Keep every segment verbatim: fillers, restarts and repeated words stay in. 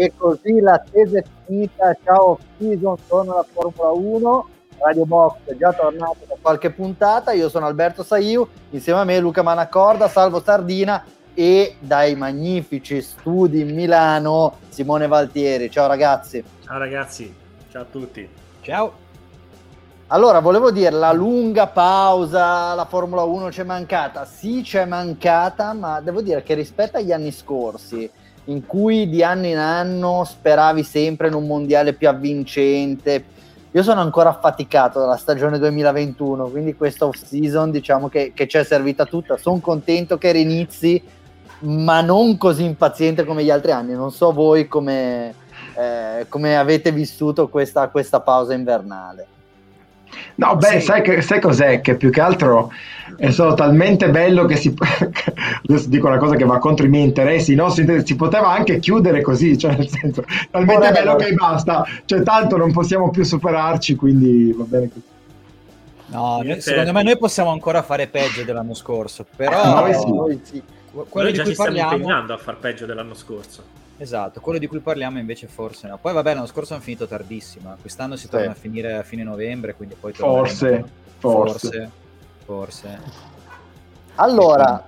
E così l'attesa è finita, ciao season, torna la Formula uno, Radio Box è già tornato da qualche puntata, io sono Alberto Saiu, insieme a me Luca Manacorda, Salvo Sardina e dai magnifici studi in Milano Simone Valtieri. Ciao ragazzi. Ciao ragazzi, ciao a tutti. Ciao. Allora, volevo dire, la lunga pausa, la Formula uno c'è mancata? Sì, c'è mancata, ma devo dire che rispetto agli anni scorsi, in cui di anno in anno speravi sempre in un mondiale più avvincente, io sono ancora affaticato dalla stagione duemilaventuno, quindi questa off-season diciamo che, che ci è servita tutta. Sono contento che rinizi, ma non così impaziente come gli altri anni. Non so voi come, eh, come avete vissuto questa, questa pausa invernale. No, beh, Sì. sai, che, sai cos'è? Che più che altro è stato talmente bello che si adesso dico una cosa che va contro i miei interessi, no? Si, si poteva anche chiudere così, cioè nel senso, talmente Forever. bello che basta, cioè tanto non possiamo più superarci, quindi va bene così. No, noi, secondo me noi possiamo ancora fare peggio dell'anno scorso, però Noi sì. Noi sì. quello Noi di già cui ci stiamo parliamo, impegnando a far peggio dell'anno scorso. esatto, quello di cui parliamo invece forse no. Poi vabbè, l'anno scorso hanno finito tardissimo, quest'anno si Sì. torna a finire a fine novembre, quindi poi Forse, torneremo- forse. forse, forse. Allora,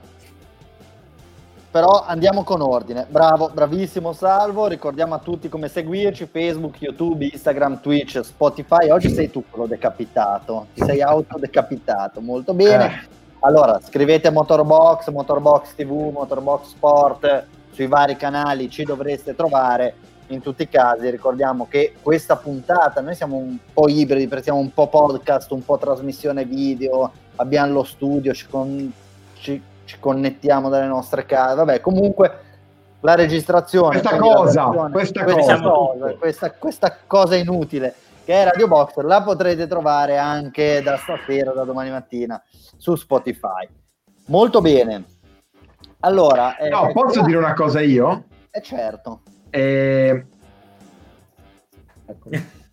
però andiamo con ordine. Bravo, bravissimo Salvo. Ricordiamo a tutti come seguirci: Facebook, YouTube, Instagram, Twitch, Spotify. Oggi sei tu quello decapitato, ti sei autodecapitato, molto bene. Eh. Allora, scrivete Motorbox, Motorbox T V, Motorbox Sport, sui vari canali ci dovreste trovare. In tutti i casi ricordiamo che questa puntata, noi siamo un po' ibridi, perché siamo un po' podcast, un po' trasmissione video, abbiamo lo studio, ci, con- ci, ci connettiamo dalle nostre case, vabbè, comunque la registrazione, Questa quindi la cosa, versione- questa questa cosa. cosa, questa, questa cosa inutile che è Radio Box, la potrete trovare anche da stasera, da domani mattina su Spotify. Molto bene. Allora, eh, No, posso dire una cosa io? Eh certo. Eh, ecco.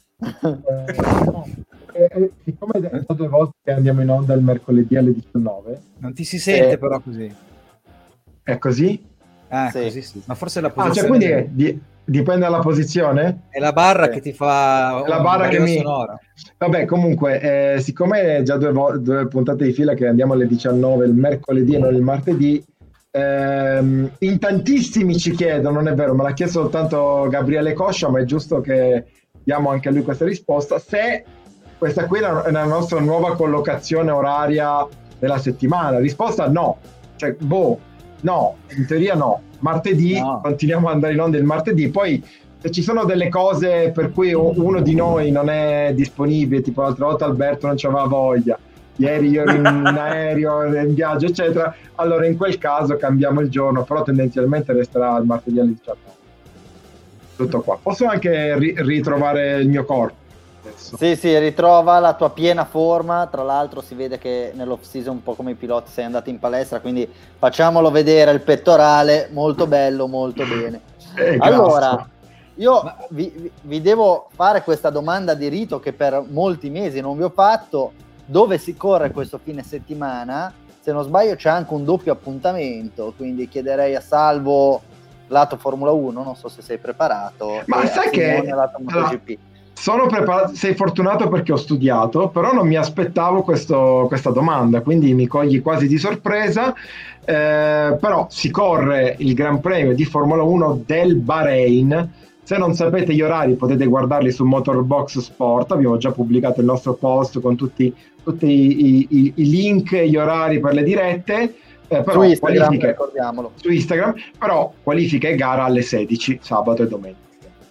Eh, eh, siccome è stato due volte che andiamo in onda il mercoledì alle diciannove, Non ti si sente Sì. però così. è così? Ah, Sì. così sì. Ma forse è la Ah, posizione cioè quindi è- di- dipende dalla posizione? è la barra Sì. che ti fa La un barra che barriera mi... sonora. Vabbè, comunque, eh, siccome è già due, vo- due puntate di fila che andiamo alle diciannove il mercoledì e non il martedì, ehm, in tantissimi ci chiedono, non è vero, me l'ha chiesto soltanto Gabriele Coscia, ma è giusto che diamo anche a lui questa risposta, se questa qui è la, è la nostra nuova collocazione oraria della settimana. Risposta no, cioè boh, no, in teoria no, martedì No. continuiamo ad andare in onda il martedì, poi se ci sono delle cose per cui uno di noi non è disponibile, tipo l'altra volta Alberto non c'aveva voglia, ieri io ero in aereo, in viaggio eccetera, allora in quel caso cambiamo il giorno, però tendenzialmente resterà il martedì alle diciannove. Tutto qua. Posso anche ri- ritrovare il mio corpo adesso. Sì, sì, ritrova la tua piena forma. Tra l'altro si vede che nell'off season, un po' come i piloti, sei andato in palestra, quindi facciamolo vedere il pettorale, molto bello, molto bene. Eh, Allora, grasso. io Ma- vi, vi- vi devo fare questa domanda di rito che per molti mesi non vi ho fatto: dove si corre questo fine settimana? Se non sbaglio c'è anche un doppio appuntamento, quindi chiederei a Salvo lato Formula uno, non so se sei preparato, Ma e sai a Simone che- lato allora, MotoGP. Sono preparato, sei fortunato perché ho studiato, però non mi aspettavo questo- questa domanda, quindi mi cogli quasi di sorpresa. Eh, però si corre il Gran Premio di Formula uno del Bahrain. Se non sapete gli orari potete guardarli su Motorbox Sport, abbiamo già pubblicato il nostro post con tutti, tutti i, i- i link e gli orari per le dirette. Eh, però Su Instagram, qualifiche ricordiamolo. su Instagram, però qualifica e gara alle sedici, sabato e domenica.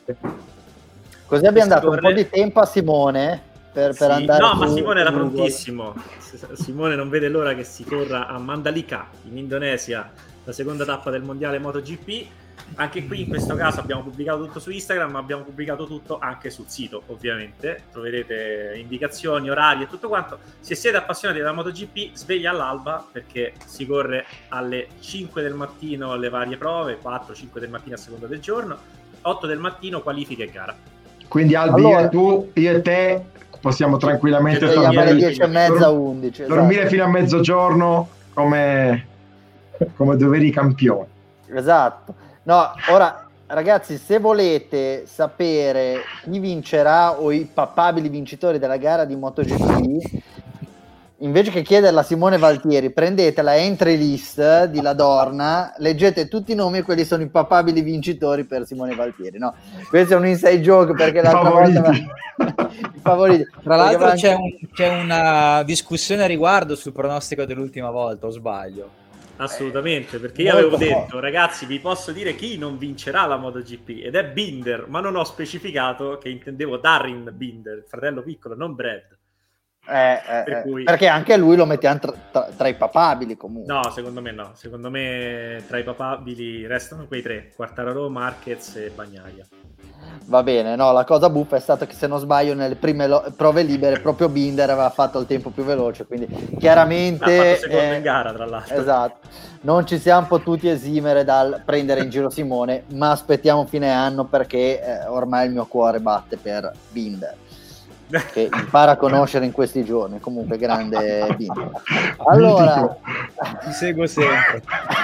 Così abbiamo Si dato un corre- po' di tempo a Simone per, per Sì. andare No, su- ma Simone era su Google. prontissimo. Simone non vede l'ora che si corra a Mandalika, in Indonesia, la seconda tappa del mondiale MotoGP. Anche qui in questo caso abbiamo pubblicato tutto su Instagram, ma abbiamo pubblicato tutto anche sul sito, ovviamente. Troverete indicazioni, orari e tutto quanto. Se siete appassionati della MotoGP, sveglia all'alba, perché si corre alle cinque del mattino le varie prove, quattro cinque del mattino a seconda del giorno, otto del mattino qualifica e gara. Quindi Albi, Allora- io e tu, io e te possiamo tranquillamente Ci Svegliamo alle dormire, dieci e mezza, undici. dormire fino a mezzogiorno come, come doveri campioni. Esatto. No, ora ragazzi, se volete sapere chi vincerà o i papabili vincitori della gara di MotoGP, invece che chiederla a Simone Valtieri, prendete la entry list di La Dorna, leggete tutti i nomi e quelli sono i papabili vincitori per Simone Valtieri. No, questo è un inside joke perché l'altra volta va... i favoriti. Tra l'altro anche... c'è, un, c'è una discussione a riguardo sul pronostico dell'ultima volta, o sbaglio? Assolutamente, perché io avevo detto, ragazzi, vi posso dire chi non vincerà la MotoGP, ed è Binder, ma non ho specificato che intendevo Darren Binder, il fratello piccolo, non Brad. Eh, eh, per cui... perché anche lui lo mettiamo tra, tra, tra i papabili comunque. No, secondo me no, secondo me tra i papabili restano quei tre: Quartararo, Marquez e Bagnaia. Va bene, no, la cosa buffa è stata che, se non sbaglio, nelle prime lo- prove libere proprio Binder aveva fatto il tempo più veloce, quindi chiaramente ha fatto secondo eh, in gara, tra l'altro. Esatto, non ci siamo potuti esimere dal prendere in giro Simone, ma aspettiamo fine anno perché eh, ormai il mio cuore batte per Binder, che impara a conoscere in questi giorni. Comunque grande Binder. Allora ti seguo sempre.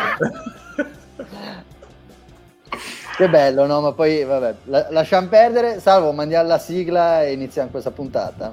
Che bello, no? Ma poi vabbè, la- lasciamo perdere. Salvo, mandiamo la sigla e iniziamo questa puntata.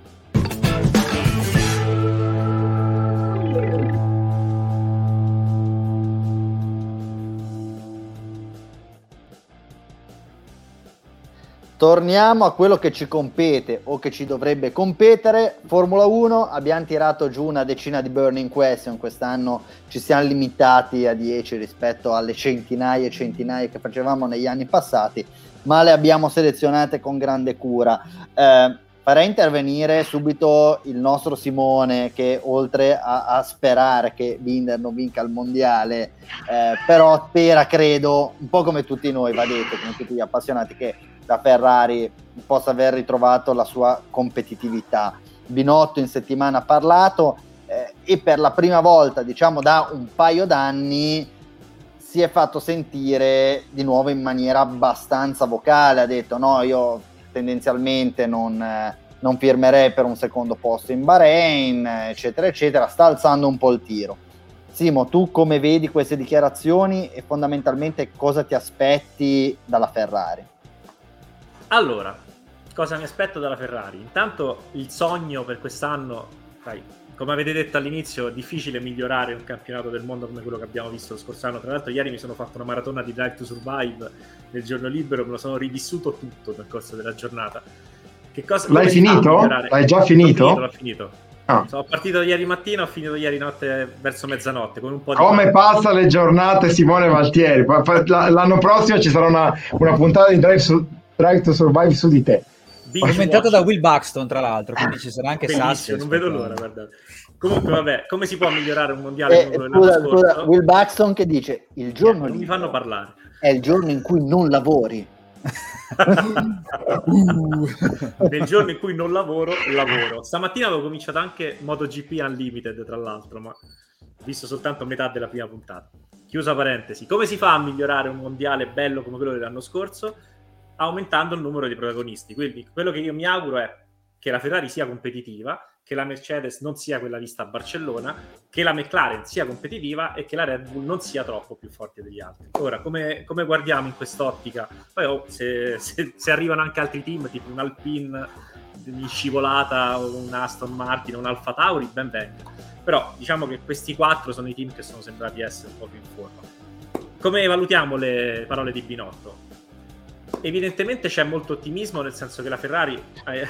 Torniamo a quello che ci compete o che ci dovrebbe competere. Formula uno, abbiamo tirato giù una decina di burning question, quest'anno ci siamo limitati a dieci rispetto alle centinaia e centinaia che facevamo negli anni passati, ma le abbiamo selezionate con grande cura. Eh, farei intervenire subito il nostro Simone, che oltre a, a sperare che Binder non vinca il mondiale, eh, però spera, credo, un po' come tutti noi, va detto, come tutti gli appassionati, che la Ferrari possa aver ritrovato la sua competitività. Binotto in settimana ha parlato eh, e per la prima volta, diciamo da un paio d'anni, si è fatto sentire di nuovo in maniera abbastanza vocale. Ha detto: no, io tendenzialmente non, eh, non firmerei per un secondo posto in Bahrain, eccetera eccetera. Sta alzando un po' il tiro. Simo, tu come vedi queste dichiarazioni e fondamentalmente cosa ti aspetti dalla Ferrari? Allora, cosa mi aspetto dalla Ferrari? Intanto il sogno per quest'anno, sai, come avete detto all'inizio, è difficile migliorare un campionato del mondo come quello che abbiamo visto lo scorso anno. Tra l'altro ieri mi sono fatto una maratona di Drive to Survive nel giorno libero, me lo sono rivissuto tutto nel corso della giornata. Che cosa, L'hai finito? L'hai già finito? L'ho finito, l'ho finito. Ah. Sono partito ieri mattina, ho finito ieri notte verso mezzanotte con un po' di come passa le giornate Simone Valtieri. L'anno prossimo ci sarà una, una puntata di Drive, su, Drive to Survive su di te, commentato da Will Buxton, tra l'altro, quindi ci sarà anche Sassi. Non vedo l'ora, guardate. Comunque vabbè, come si può migliorare un mondiale eh, come scusa, l'anno scusa, scorso? Will Buxton che dice: il giorno eh, non mi fanno parlare, è il giorno in cui non lavori. Nel giorno in cui non lavoro, lavoro. Stamattina avevo cominciato anche MotoGP Unlimited, tra l'altro, ma ho visto soltanto metà della prima puntata. Chiusa parentesi. Come si fa a migliorare un mondiale bello come quello dell'anno scorso? Aumentando il numero di protagonisti. Quindi quello che io mi auguro è che la Ferrari sia competitiva, che la Mercedes non sia quella vista a Barcellona, che la McLaren sia competitiva e che la Red Bull non sia troppo più forte degli altri. Ora, come, come guardiamo in quest'ottica? Poi oh, se, se, se arrivano anche altri team, tipo un Alpine in scivolata, o un Aston Martin, o un Alfa Tauri, ben venga. Però diciamo che questi quattro sono i team che sono sembrati essere un po' più in forma. Come valutiamo le parole di Binotto? Evidentemente c'è molto ottimismo, nel senso che la Ferrari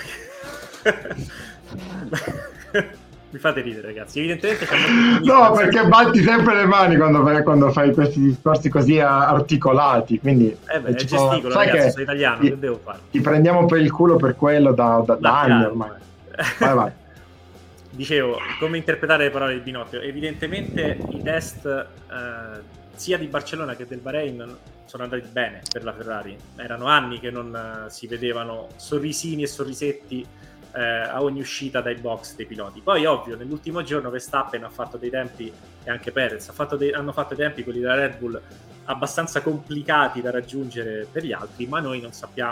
mi fate ridere, ragazzi. Evidentemente c'è molto ottimismo. No, perché batti sempre le mani quando fai, quando fai questi discorsi così articolati. Quindi eh beh, è gesticolo, ragazzi, che sono italiano, ti, che devo fare? Ti prendiamo per il culo per quello da, da, da anni ormai. Vai, vai. Dicevo, come interpretare le parole di Binotto? Evidentemente i test eh, sia di Barcellona che del Bahrain sono andati bene per la Ferrari. Erano anni che non uh, si vedevano sorrisini e sorrisetti eh, a ogni uscita dai box dei piloti. Poi ovvio, nell'ultimo giorno Verstappen ha fatto dei tempi, e anche Perez ha fatto dei, hanno fatto dei tempi, quelli della Red Bull, abbastanza complicati da raggiungere per gli altri, ma noi non sappiamo con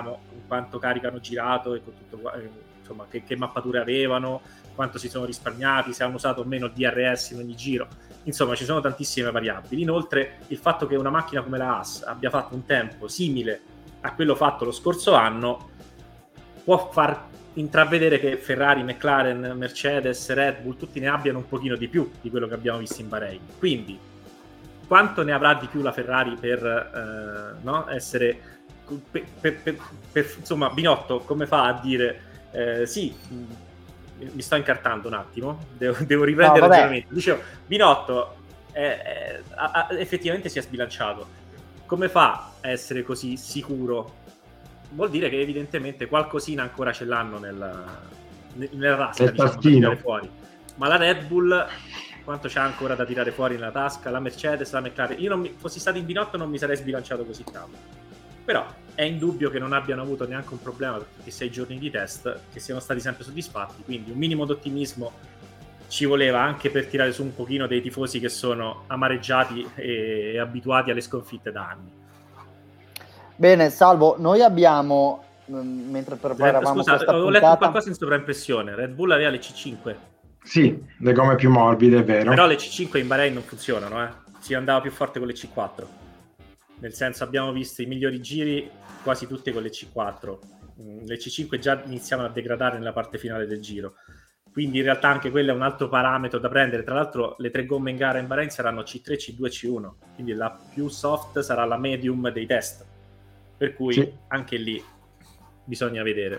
quanto carica hanno girato e con tutto, eh, insomma, che, che mappature avevano, quanto si sono risparmiati, se hanno usato o meno il D R S in ogni giro. Insomma, ci sono tantissime variabili. Inoltre, il fatto che una macchina come la Haas abbia fatto un tempo simile a quello fatto lo scorso anno può far intravedere che Ferrari, McLaren, Mercedes, Red Bull, tutti ne abbiano un pochino di più di quello che abbiamo visto in Bahrain. Quindi, quanto ne avrà di più la Ferrari per eh, no, essere... Per, per, per, per, insomma, Binotto come fa a dire eh, sì... mi sto incartando un attimo, devo, devo riprendere no, il ragionamento. Dicevo, Binotto è, è, ha, effettivamente si è sbilanciato. Come fa a essere così sicuro? Vuol dire che evidentemente qualcosina ancora ce l'hanno nella, nella tasca, diciamo, da tirare fuori. Ma la Red Bull quanto c'ha ancora da tirare fuori nella tasca? La Mercedes, la McLaren. Io non mi, fossi stato in Binotto non mi sarei sbilanciato così tanto. Però è indubbio che non abbiano avuto neanche un problema per questi sei giorni di test, che siano stati sempre soddisfatti, quindi un minimo d'ottimismo ci voleva anche per tirare su un pochino dei tifosi che sono amareggiati e, e abituati alle sconfitte da anni. Bene, Salvo, noi abbiamo, mh, mentre preparavamo Scusa, questa ho puntata... letto qualcosa in sovraimpressione. Red Bull aveva le C cinque. Sì, le gomme più morbide, è vero. Però le C cinque in Bahrain non funzionano, eh. Si andava più forte con le C quattro. Nel senso, abbiamo visto i migliori giri quasi tutti con le C quattro. Le C cinque già iniziavano a degradare nella parte finale del giro, quindi in realtà anche quello è un altro parametro da prendere. Tra l'altro le tre gomme in gara in Bahrain saranno C tre, C due, C uno, quindi la più soft sarà la medium dei test, per cui sì, anche lì bisogna vedere.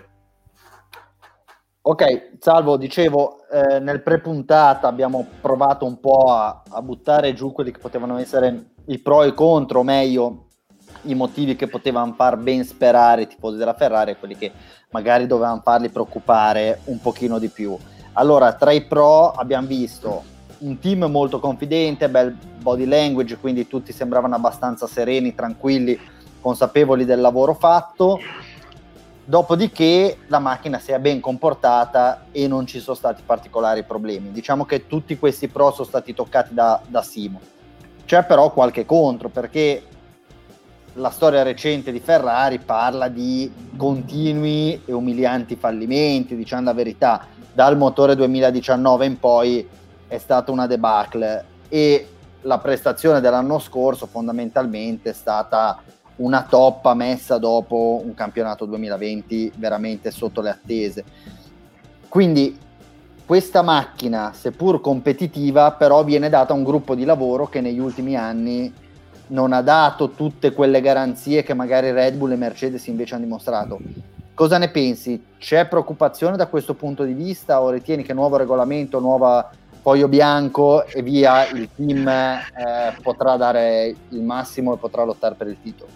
Ok, Salvo, dicevo, eh, nel pre-puntata abbiamo provato un po' a, a buttare giù quelli che potevano essere i pro e i contro, o meglio i motivi che potevano far ben sperare i tifosi della Ferrari e quelli che magari dovevano farli preoccupare un pochino di più. Allora, tra i pro abbiamo visto un team molto confidente, bel body language, quindi tutti sembravano abbastanza sereni, tranquilli, consapevoli del lavoro fatto. Dopodiché la macchina si è ben comportata e non ci sono stati particolari problemi. Diciamo che tutti questi pro sono stati toccati da, da Simo. C'è però qualche contro, perché la storia recente di Ferrari parla di continui e umilianti fallimenti, diciamo la verità. Dal motore duemiladiciannove in poi è stata una debacle e la prestazione dell'anno scorso fondamentalmente è stata una toppa messa dopo un campionato duemilaventi veramente sotto le attese. Quindi questa macchina, seppur competitiva, però viene data a un gruppo di lavoro che negli ultimi anni non ha dato tutte quelle garanzie che magari Red Bull e Mercedes invece hanno dimostrato. Cosa ne pensi? C'è preoccupazione da questo punto di vista o ritieni che nuovo regolamento, nuova foglio bianco e via il team eh, potrà dare il massimo e potrà lottare per il titolo?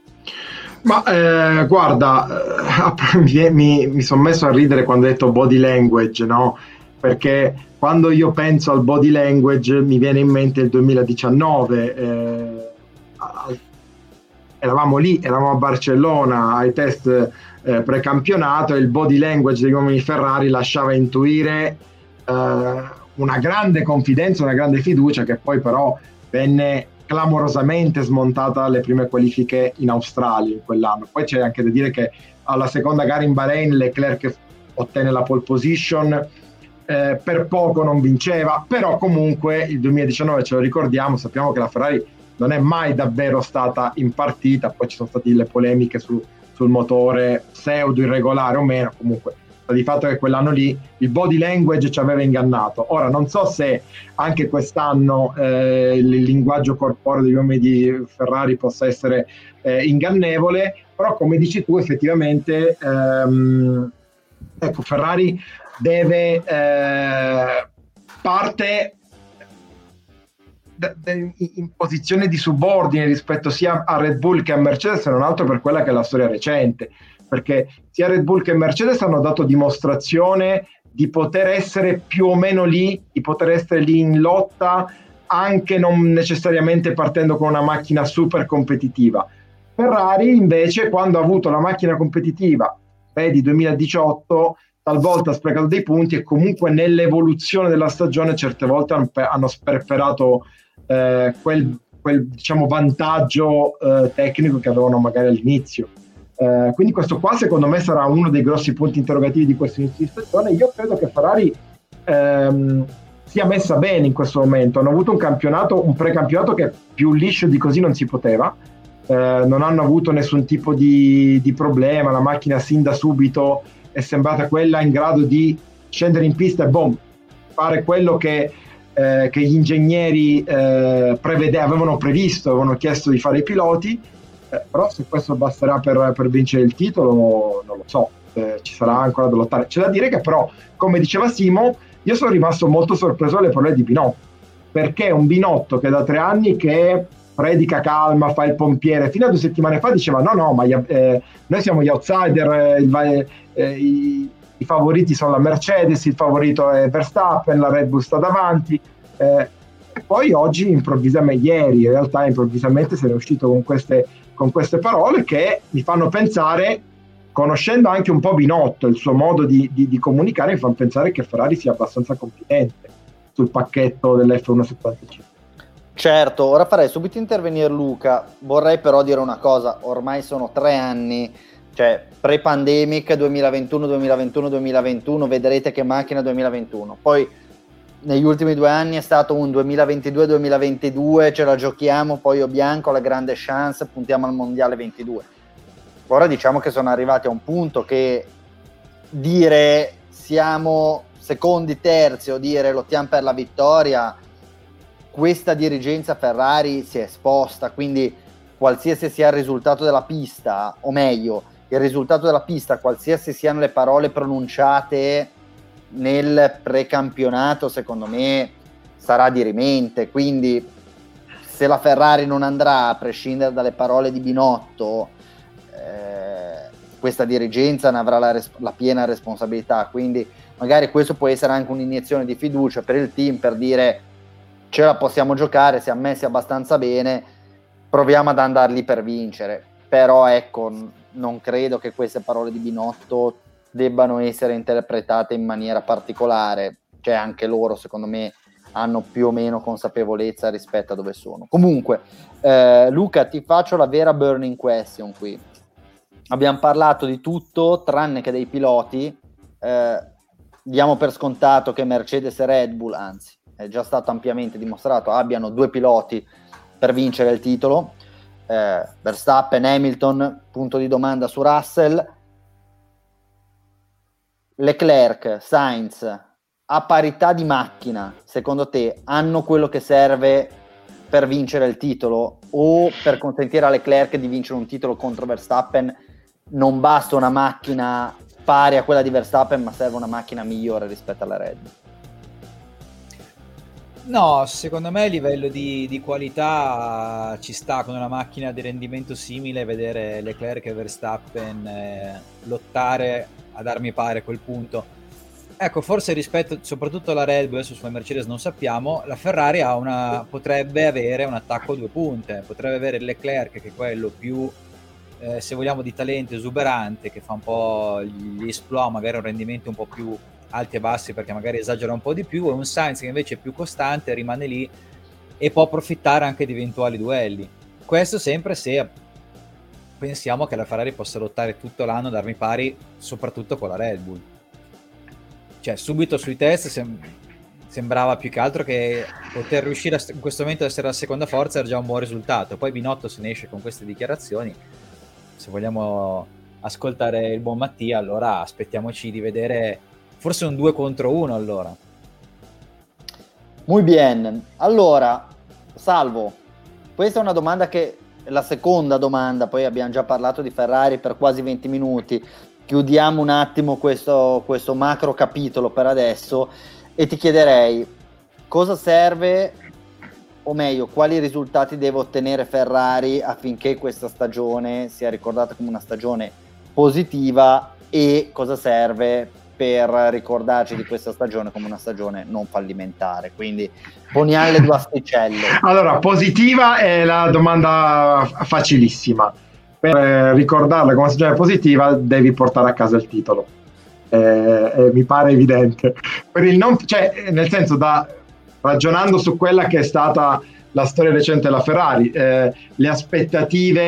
Ma eh, guarda, eh, mi, mi, mi sono messo a ridere quando hai detto body language, no? Perché quando io penso al body language mi viene in mente il duemiladiciannove, eh, eravamo lì, eravamo a Barcellona ai test eh, precampionato e il body language degli uomini Ferrari lasciava intuire eh, una grande confidenza, una grande fiducia che poi però venne clamorosamente smontata alle prime qualifiche in Australia in quell'anno. Poi c'è anche da dire che alla seconda gara in Bahrain Leclerc ottenne la pole position, eh, per poco non vinceva, però comunque il duemiladiciannove ce lo ricordiamo, sappiamo che la Ferrari non è mai davvero stata in partita, poi ci sono state le polemiche su, sul motore pseudo irregolare o meno, comunque di fatto che quell'anno lì il body language ci aveva ingannato. Ora non so se anche quest'anno eh, il linguaggio corporeo degli uomini di Ferrari possa essere eh, ingannevole, però come dici tu effettivamente ehm, ecco, Ferrari deve eh, parte in posizione di subordine rispetto sia a Red Bull che a Mercedes, se non altro per quella che è la storia recente, perché sia Red Bull che Mercedes hanno dato dimostrazione di poter essere più o meno lì, di poter essere lì in lotta, anche non necessariamente partendo con una macchina super competitiva. Ferrari invece, quando ha avuto la macchina competitiva, vedi duemiladiciotto, talvolta ha sprecato dei punti e comunque nell'evoluzione della stagione certe volte hanno, hanno sperperato eh, quel, quel diciamo vantaggio eh, tecnico che avevano magari all'inizio. Eh, quindi questo qua secondo me sarà uno dei grossi punti interrogativi di questo inizio di stagione. Io credo che Ferrari ehm, sia messa bene in questo momento. Hanno avuto un campionato, un precampionato che più liscio di così non si poteva. Eh, non hanno avuto nessun tipo di, di problema, la macchina sin da subito è sembrata quella in grado di scendere in pista e boom, fare quello che, eh, che gli ingegneri eh, prevede, avevano previsto, avevano chiesto di fare i piloti, eh, però se questo basterà per, per vincere il titolo non lo so, eh, ci sarà ancora da lottare. C'è da dire che però, come diceva Simo, io sono rimasto molto sorpreso alle parole di Binotto, perché è un Binotto che da tre anni che predica calma, fa il pompiere. Fino a due settimane fa diceva no no ma gli, eh, noi siamo gli outsider, eh, il, eh, i, i favoriti sono la Mercedes, il favorito è Verstappen, la Red Bull sta davanti, eh, e poi oggi improvvisamente, ieri in realtà improvvisamente se ne è uscito con queste, con queste parole che mi fanno pensare, conoscendo anche un po' Binotto, il suo modo di, di, di comunicare, mi fanno pensare che Ferrari sia abbastanza confidente sul pacchetto dell'F uno settantacinque. Certo, ora farei subito intervenire Luca, vorrei però dire una cosa, ormai sono tre anni, cioè pre-pandemic duemilaventuno duemilaventuno duemilaventuno, vedrete che macchina duemilaventuno, poi negli ultimi due anni è stato un duemilaventidue duemilaventidue, ce la giochiamo, poi io bianco, la grande chance, puntiamo al mondiale ventidue. Ora diciamo che sono arrivati a un punto che dire siamo secondi, terzi o dire lottiamo per la vittoria, questa dirigenza Ferrari si è esposta, quindi qualsiasi sia il risultato della pista, o meglio, il risultato della pista, qualsiasi siano le parole pronunciate nel precampionato, secondo me sarà dirimente, quindi se la Ferrari non andrà, a prescindere dalle parole di Binotto, eh, questa dirigenza ne avrà la, res- la piena responsabilità, quindi magari questo può essere anche un'iniezione di fiducia per il team, per dire ce la possiamo giocare, siamo messi abbastanza bene, proviamo ad andarli per vincere. Però ecco, non credo che queste parole di Binotto debbano essere interpretate in maniera particolare, cioè anche loro secondo me hanno più o meno consapevolezza rispetto a dove sono. Comunque eh, Luca, ti faccio la vera burning question qui. Abbiamo parlato di tutto tranne che dei piloti, eh, diamo per scontato che Mercedes e Red Bull, anzi è già stato ampiamente dimostrato, abbiano due piloti per vincere il titolo, eh, Verstappen, Hamilton, punto di domanda su Russell. Leclerc, Sainz, a parità di macchina, secondo te hanno quello che serve per vincere il titolo, o per consentire a Leclerc di vincere un titolo contro Verstappen non basta una macchina pari a quella di Verstappen, ma serve una macchina migliore rispetto alla Red Bull? No, secondo me a livello di, di qualità ci sta, con una macchina di rendimento simile, vedere Leclerc e Verstappen eh, lottare ad armi pari a quel punto. Ecco, forse rispetto soprattutto alla Red Bull, adesso sulla Mercedes non sappiamo, la Ferrari ha una, potrebbe avere un attacco a due punte, potrebbe avere il Leclerc che è quello più, eh, se vogliamo, di talento esuberante, che fa un po' gli exploit, magari un rendimento un po' più alti e bassi perché magari esagera un po' di più, e un Sainz che invece è più costante, rimane lì e può approfittare anche di eventuali duelli. Questo sempre se pensiamo che la Ferrari possa lottare tutto l'anno ad armi pari, soprattutto con la Red Bull. Cioè subito sui test sem- sembrava più che altro che poter riuscire a, in questo momento ad essere la seconda forza era già un buon risultato. Poi Binotto se ne esce con queste dichiarazioni, se vogliamo ascoltare il buon Mattia, allora aspettiamoci di vedere forse un due contro uno allora. Muy bien, allora Salvo, questa è una domanda che è la seconda domanda, poi abbiamo già parlato di Ferrari per quasi venti minuti, chiudiamo un attimo questo, questo macro capitolo per adesso e ti chiederei cosa serve, o meglio quali risultati deve ottenere Ferrari affinché questa stagione sia ricordata come una stagione positiva, e cosa serve per ricordarci di questa stagione come una stagione non fallimentare. Quindi poniamo le due asticelle. Allora, positiva è la domanda facilissima. Per eh, ricordarla come stagione positiva devi portare a casa il titolo. Eh, eh, mi pare evidente. Per il non, cioè, nel senso, da ragionando su quella che è stata la storia recente della Ferrari, eh, le aspettative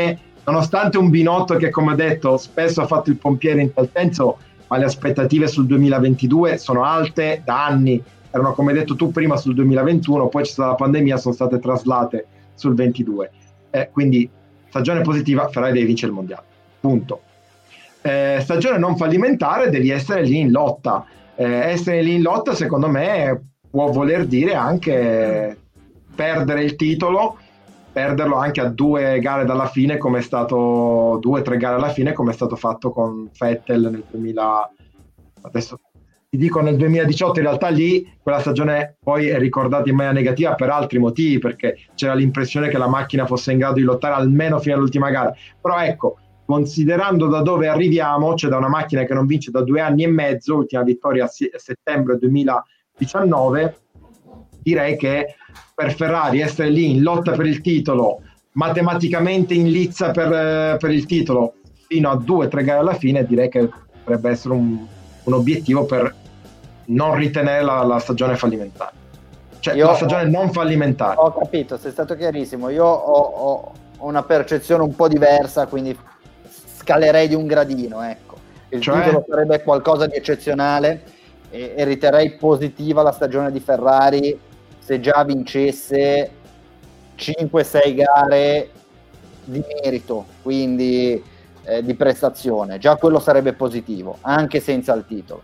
nonostante un Binotto che, come detto, spesso ha fatto il pompiere in tal senso, ma le aspettative sul duemilaventidue sono alte da anni, erano, come hai detto tu prima, sul duemilaventuno, poi c'è stata la pandemia, sono state traslate sul ventidue, eh, quindi stagione positiva, Ferrari deve vincere il mondiale, punto. Eh, stagione non fallimentare, devi essere lì in lotta, eh, essere lì in lotta secondo me può voler dire anche perdere il titolo, perderlo anche a due gare dalla fine, come è stato due o tre gare alla fine, come è stato fatto con Vettel nel duemila, adesso ti dico nel duemiladiciotto, in realtà lì quella stagione poi è ricordata in maniera negativa per altri motivi, perché c'era l'impressione che la macchina fosse in grado di lottare almeno fino all'ultima gara, però ecco, considerando da dove arriviamo, cioè da una macchina che non vince da due anni e mezzo, ultima vittoria a settembre duemiladiciannove, direi che per Ferrari essere lì in lotta per il titolo, matematicamente in lizza per, per il titolo fino a due o tre gare alla fine, direi che potrebbe essere un, un obiettivo per non ritenere la, la stagione fallimentare, cioè Io la stagione ho, non fallimentare. Ho capito, sei stato chiarissimo. Io ho, ho, ho una percezione un po' diversa, quindi scalerei di un gradino, ecco. Il Cioè? titolo sarebbe qualcosa di eccezionale e, e riterrei positiva la stagione di Ferrari se già vincesse cinque sei gare di merito, quindi eh, di prestazione, già quello sarebbe positivo, anche senza il titolo.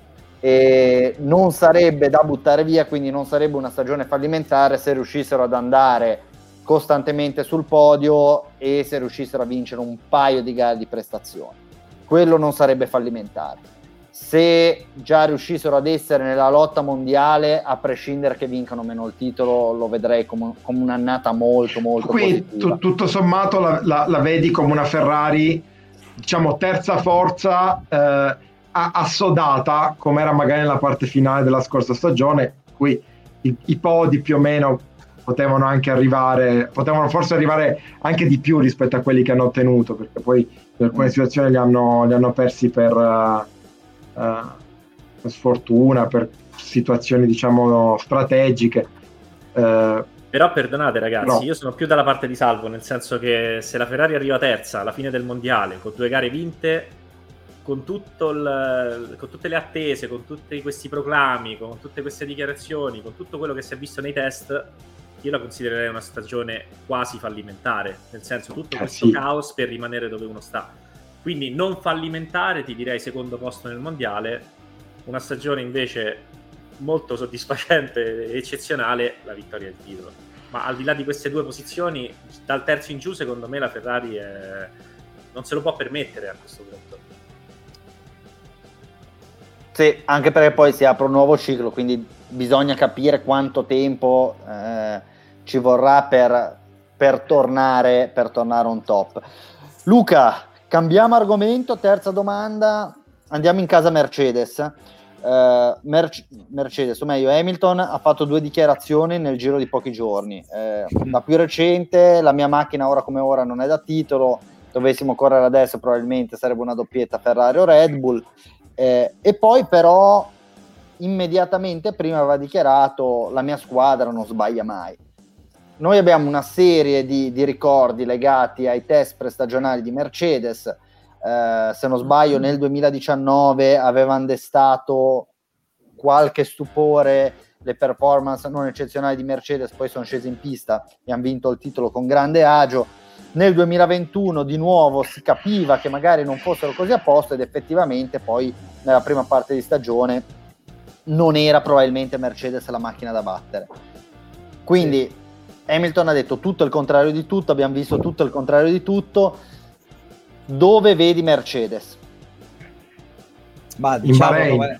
E non sarebbe da buttare via, quindi non sarebbe una stagione fallimentare se riuscissero ad andare costantemente sul podio e se riuscissero a vincere un paio di gare di prestazione. Quello non sarebbe fallimentare. Se già riuscissero ad essere nella lotta mondiale, a prescindere che vincano o meno il titolo, lo vedrei come, come un'annata molto molto Quindi positiva. tu, tutto sommato la, la, la vedi come una Ferrari, diciamo, terza forza, eh, assodata, come era magari nella parte finale della scorsa stagione, qui i, i podi più o meno potevano anche arrivare, potevano forse arrivare anche di più rispetto a quelli che hanno ottenuto, perché poi in alcune situazioni li hanno, li hanno persi per, uh, uh, per sfortuna, per situazioni diciamo strategiche. Uh, Però perdonate ragazzi, no. Io sono più dalla parte di Salvo, nel senso che se la Ferrari arriva terza alla fine del mondiale con due gare vinte, con, tutto il, con tutte le attese, con tutti questi proclami, con tutte queste dichiarazioni, con tutto quello che si è visto nei test, io la considererei una stagione quasi fallimentare, nel senso tutto questo eh sì. caos per rimanere dove uno sta. Quindi non fallimentare, ti direi secondo posto nel mondiale, una stagione invece molto soddisfacente e eccezionale, la vittoria del titolo. Ma al di là di queste due posizioni, dal terzo in giù secondo me la Ferrari è... non se lo può permettere a questo punto. Sì, anche perché poi si apre un nuovo ciclo, quindi bisogna capire quanto tempo eh, ci vorrà per, per tornare per tornare on top. Luca, cambiamo argomento, terza domanda, andiamo in casa Mercedes. Uh, Merc- Mercedes, o meglio Hamilton, ha fatto due dichiarazioni nel giro di pochi giorni. Eh, la più recente, la mia macchina ora come ora non è da titolo, dovessimo correre adesso probabilmente sarebbe una doppietta Ferrari o Red Bull. Eh, e poi però immediatamente prima aveva dichiarato la mia squadra non sbaglia mai. Noi abbiamo una serie di, di ricordi legati ai test prestagionali di Mercedes. Uh, se non sbaglio nel duemiladiciannove avevano destato qualche stupore le performance non eccezionali di Mercedes, poi sono scesi in pista e hanno vinto il titolo con grande agio. Nel duemilaventuno di nuovo si capiva che magari non fossero così a posto ed effettivamente poi nella prima parte di stagione non era probabilmente Mercedes la macchina da battere. Quindi sì. Hamilton ha detto tutto il contrario di tutto, abbiamo visto tutto il contrario di tutto. Dove vedi Mercedes? Ma diciamo come...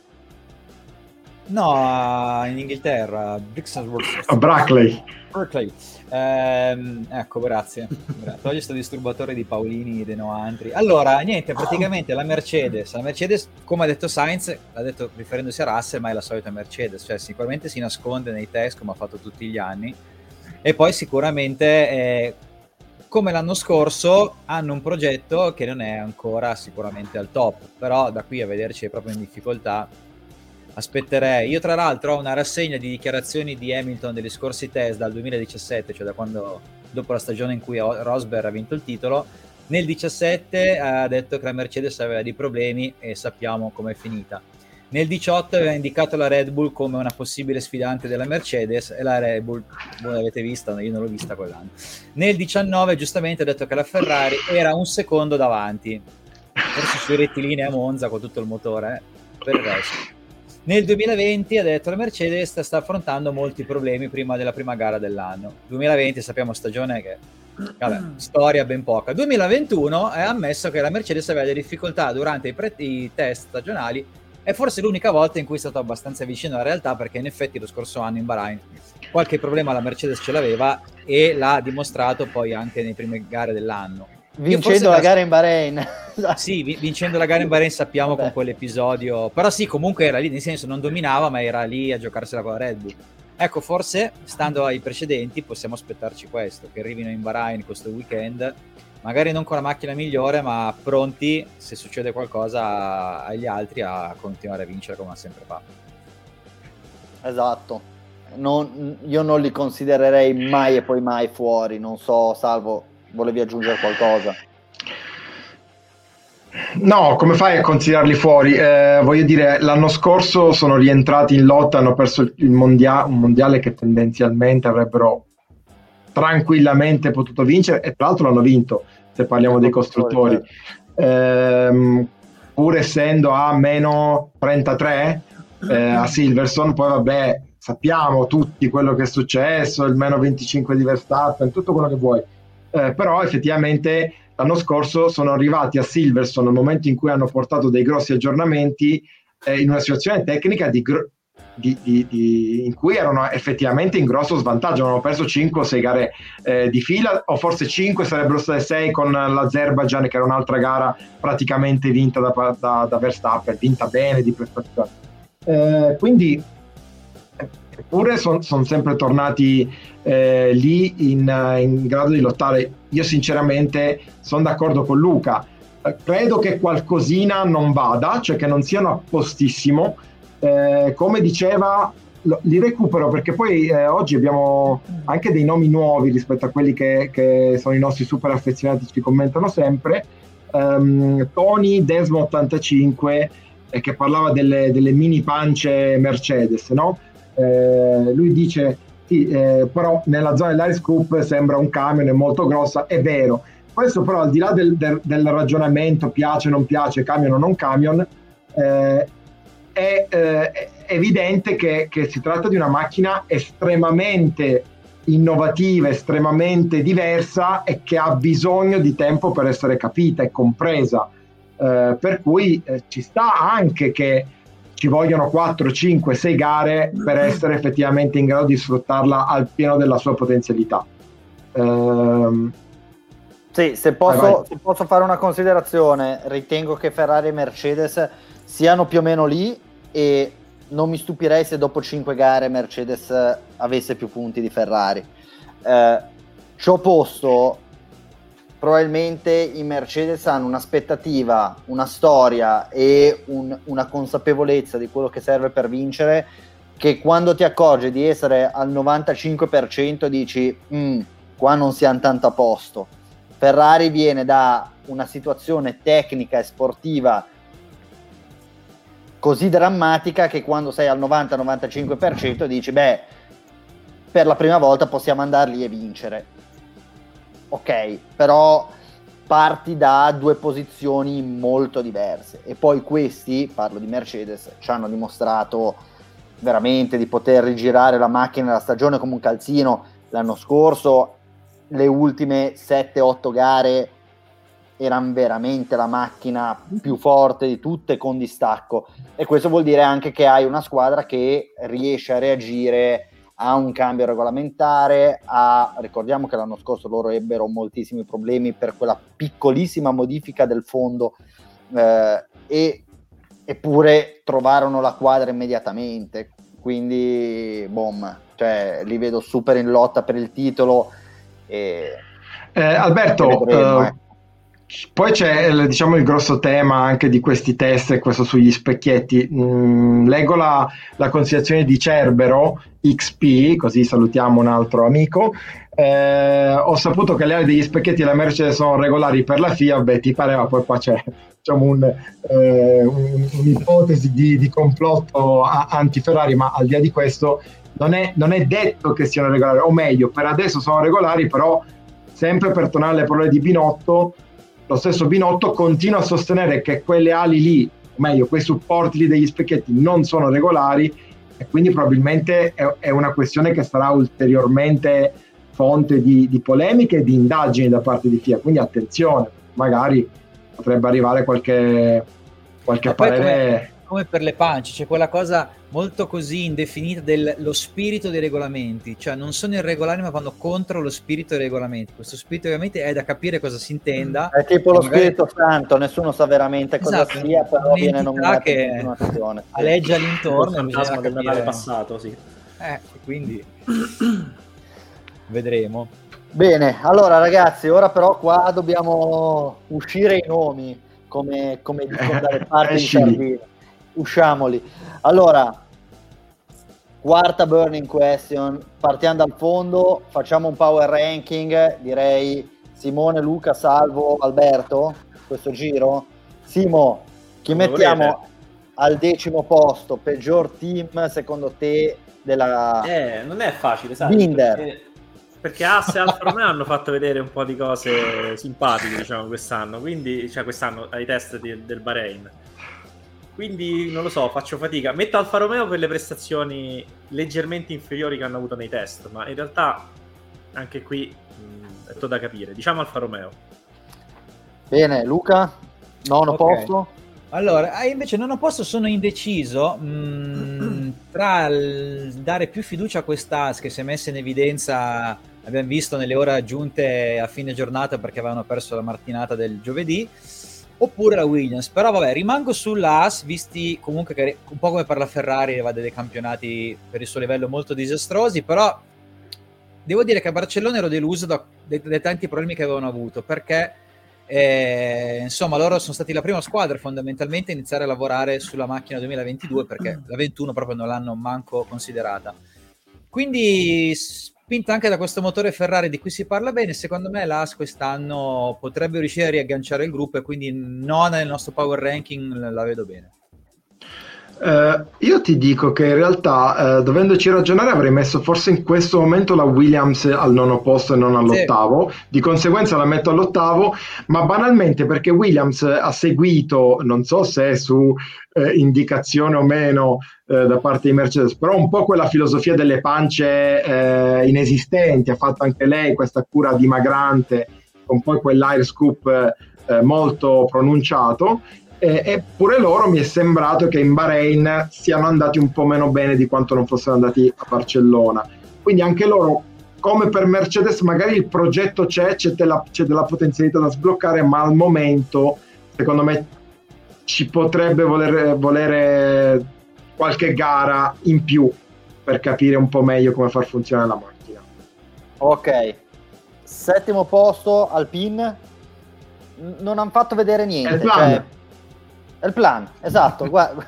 no, in Inghilterra, a Brackley. Berkeley. Ehm, ecco, grazie. grazie. Togli sto disturbatore di Paolini De Noantri. Allora, niente, praticamente la Mercedes, la Mercedes, come ha detto Sainz, l'ha detto riferendosi a Russell, ma è la solita Mercedes, cioè sicuramente si nasconde nei test come ha fatto tutti gli anni, e poi sicuramente eh, come l'anno scorso hanno un progetto che non è ancora sicuramente al top, però da qui a vederci proprio in difficoltà aspetterei. Io tra l'altro ho una rassegna di dichiarazioni di Hamilton degli scorsi test dal duemiladiciassette, cioè da quando, dopo la stagione in cui Rosberg ha vinto il titolo, Nel diciassette ha detto che la Mercedes aveva dei problemi e sappiamo com'è finita. Nel diciotto aveva indicato la Red Bull come una possibile sfidante della Mercedes e la Red Bull, voi l'avete vista, io non l'ho vista quell'anno. Nel diciannove giustamente ha detto che la Ferrari era un secondo davanti, forse sui rettilinei a Monza con tutto il motore, eh, per il resto. Nel duemilaventi ha detto che la Mercedes sta affrontando molti problemi prima della prima gara dell'anno. duemilaventi sappiamo stagione che, vabbè, storia ben poca. duemilaventuno ha ammesso che la Mercedes aveva delle difficoltà durante i, pre- i test stagionali. È forse l'unica volta in cui è stato abbastanza vicino alla realtà, perché in effetti lo scorso anno in Bahrain qualche problema la Mercedes ce l'aveva e l'ha dimostrato poi anche nelle prime gare dell'anno. Vincendo la gara in Bahrain. Sì, vincendo la gara in Bahrain sappiamo. Vabbè. Con quell'episodio, però sì, comunque era lì, nel senso non dominava, ma era lì a giocarsela con la Red Bull. Ecco, forse stando ai precedenti possiamo aspettarci questo, che arrivino in Bahrain questo weekend, magari non con la macchina migliore, ma pronti, se succede qualcosa, agli altri a continuare a vincere come ha sempre fatto. Esatto. Non, io non li considererei mai e poi mai fuori. Non so, Salvo, volevi aggiungere qualcosa? No, come fai a considerarli fuori? Eh, voglio dire, l'anno scorso sono rientrati in lotta, hanno perso il mondia- un mondiale che tendenzialmente avrebbero tranquillamente potuto vincere, e tra l'altro l'hanno vinto, se parliamo dei costruttori, ehm, pur essendo a meno trentatré eh, a Silverstone. Poi vabbè, sappiamo tutti quello che è successo, il meno venticinque di Verstappen, tutto quello che vuoi, eh, però effettivamente l'anno scorso sono arrivati a Silverstone nel momento in cui hanno portato dei grossi aggiornamenti, eh, in una situazione tecnica di gro- Di, di, di, in cui erano effettivamente in grosso svantaggio. Hanno perso cinque o sei gare eh, di fila, o forse cinque, sarebbero state sei con l'Azerbaijan, che era un'altra gara praticamente vinta da, da, da Verstappen, vinta bene di prestazione. Eh, quindi eppure sono son sempre tornati eh, lì in, in grado di lottare. Io sinceramente sono d'accordo con Luca, eh, credo che qualcosina non vada, cioè che non siano a postissimo. Eh, come diceva, lo, li recupero perché poi eh, oggi abbiamo anche dei nomi nuovi rispetto a quelli che, che sono i nostri super affezionati, ci commentano sempre. um, Tony Desmo ottantacinque, eh, che parlava delle, delle mini pance Mercedes, no? Eh, lui dice sì, eh, però nella zona dell'Ice Coupe sembra un camion, è molto grossa, è vero. Questo però, al di là del, del, del ragionamento piace non piace, camion o non camion, eh, È, eh, è evidente che, che si tratta di una macchina estremamente innovativa, estremamente diversa, e che ha bisogno di tempo per essere capita e compresa, eh, per cui eh, ci sta anche che ci vogliono quattro, cinque, sei gare per essere effettivamente in grado di sfruttarla al pieno della sua potenzialità. Ehm, sì, se posso, vai, vai. se posso fare una considerazione, ritengo che Ferrari e Mercedes siano più o meno lì, e non mi stupirei se dopo cinque gare Mercedes avesse più punti di Ferrari. Eh, ciò posto, probabilmente i Mercedes hanno un'aspettativa, una storia e un, una consapevolezza di quello che serve per vincere, che quando ti accorgi di essere al novantacinque per cento dici mm, qua non siamo tanto a posto. Ferrari viene da una situazione tecnica e sportiva così drammatica che quando sei al novanta novantacinque per cento dici beh, per la prima volta possiamo andare lì e vincere. Ok, però parti da due posizioni molto diverse, e poi questi, parlo di Mercedes, ci hanno dimostrato veramente di poter rigirare la macchina della stagione come un calzino. L'anno scorso le ultime sette otto gare erano veramente la macchina più forte di tutte, con distacco, e questo vuol dire anche che hai una squadra che riesce a reagire a un cambio regolamentare, a, ricordiamo che l'anno scorso loro ebbero moltissimi problemi per quella piccolissima modifica del fondo, eh, e eppure trovarono la quadra immediatamente, quindi boom, cioè li vedo super in lotta per il titolo, e, eh, Alberto, e vedremo, eh. eh. Poi c'è il- diciamo il grosso tema anche di questi test, e questo sugli specchietti. Mm, leggo la, la considerazione di Cerbero X P, così salutiamo un altro amico. Eh, ho saputo che le ali degli specchietti della Mercedes sono regolari per la FIA. Beh, ti pareva? Poi qua c'è diciamo un, eh, un- un'ipotesi di, di complotto a- anti-Ferrari, ma al di là di questo non è, non è detto che siano regolari, o meglio, per adesso sono regolari, però sempre per tornare alle parole di Binotto, lo stesso Binotto continua a sostenere che quelle ali lì, o meglio, quei supporti lì degli specchietti non sono regolari, e quindi probabilmente è, è una questione che sarà ulteriormente fonte di, di polemiche e di indagini da parte di FIA. Quindi attenzione, magari potrebbe arrivare qualche, qualche Ma poi parere. come, come per le pance, c'è quella cosa molto così indefinita dello spirito dei regolamenti, cioè non sono irregolari ma vanno contro lo spirito dei regolamenti. Questo spirito dei regolamenti è da capire cosa si intenda. È tipo lo magari... Spirito Santo, nessuno sa veramente cosa esatto, sia, però viene un'entità nominato che in continuazione. Sì. aleggia Il l'intorno e fantasma bisogna del Natale capire. passato, sì. Eh, quindi vedremo. Bene, allora ragazzi, ora però qua dobbiamo uscire i nomi, come, come dicono dalle parti di Escili. Sardegna. Usciamoli. Allora, quarta burning question, partiamo dal fondo, facciamo un power ranking, direi Simone, Luca, Salvo, Alberto, questo giro. Simo, chi Come mettiamo volete. al decimo posto, peggior team secondo te della Eh, non è facile, sai? Binder? Perché, perché Haas e Alfa Romeo hanno fatto vedere un po' di cose simpatiche, diciamo, quest'anno, quindi, cioè quest'anno ai test di- del Bahrain. Quindi non lo so, faccio fatica. Metto Alfa Romeo per le prestazioni leggermente inferiori che hanno avuto nei test, ma in realtà anche qui mh, è tutto da capire. Diciamo Alfa Romeo. Bene, Luca, nono Ok. posto. Allora, ah, invece non ho posto, sono indeciso mh, tra il dare più fiducia a quest'As che si è messa in evidenza, abbiamo visto nelle ore aggiunte a fine giornata perché avevano perso la mattinata del giovedì, oppure la Williams. Però vabbè, rimango sull'As, visti comunque che un po' come per la Ferrari va dei campionati per il suo livello molto disastrosi, però devo dire che a Barcellona ero deluso da, dai, dai tanti problemi che avevano avuto, perché eh, insomma loro sono stati la prima squadra fondamentalmente a iniziare a lavorare sulla macchina duemilaventidue, perché la ventuno proprio non l'hanno manco considerata. Quindi spinta anche da questo motore Ferrari di cui si parla bene, secondo me l'A S quest'anno potrebbe riuscire a riagganciare il gruppo, e quindi non nel nostro power ranking la vedo bene. Eh, io ti dico che in realtà, eh, dovendoci ragionare, avrei messo forse in questo momento la Williams al nono posto e non all'ottavo. Sì. Di conseguenza la metto all'ottavo, ma banalmente perché Williams ha seguito, non so se su eh, indicazione o meno eh, da parte di Mercedes, però un po' quella filosofia delle pance eh, inesistenti. Ha fatto anche lei questa cura dimagrante con poi quell'air scoop eh, molto pronunciato. Eppure loro mi è sembrato che in Bahrain siano andati un po' meno bene di quanto non fossero andati a Barcellona. Quindi anche loro, come per Mercedes, magari il progetto c'è, c'è della, c'è della potenzialità da sbloccare, ma al momento, secondo me, ci potrebbe volere, volere qualche gara in più per capire un po' meglio come far funzionare la macchina. Ok, settimo posto, Alpine. Non hanno fatto vedere niente. È il plan. Cioè... È il plan, esatto. Guarda.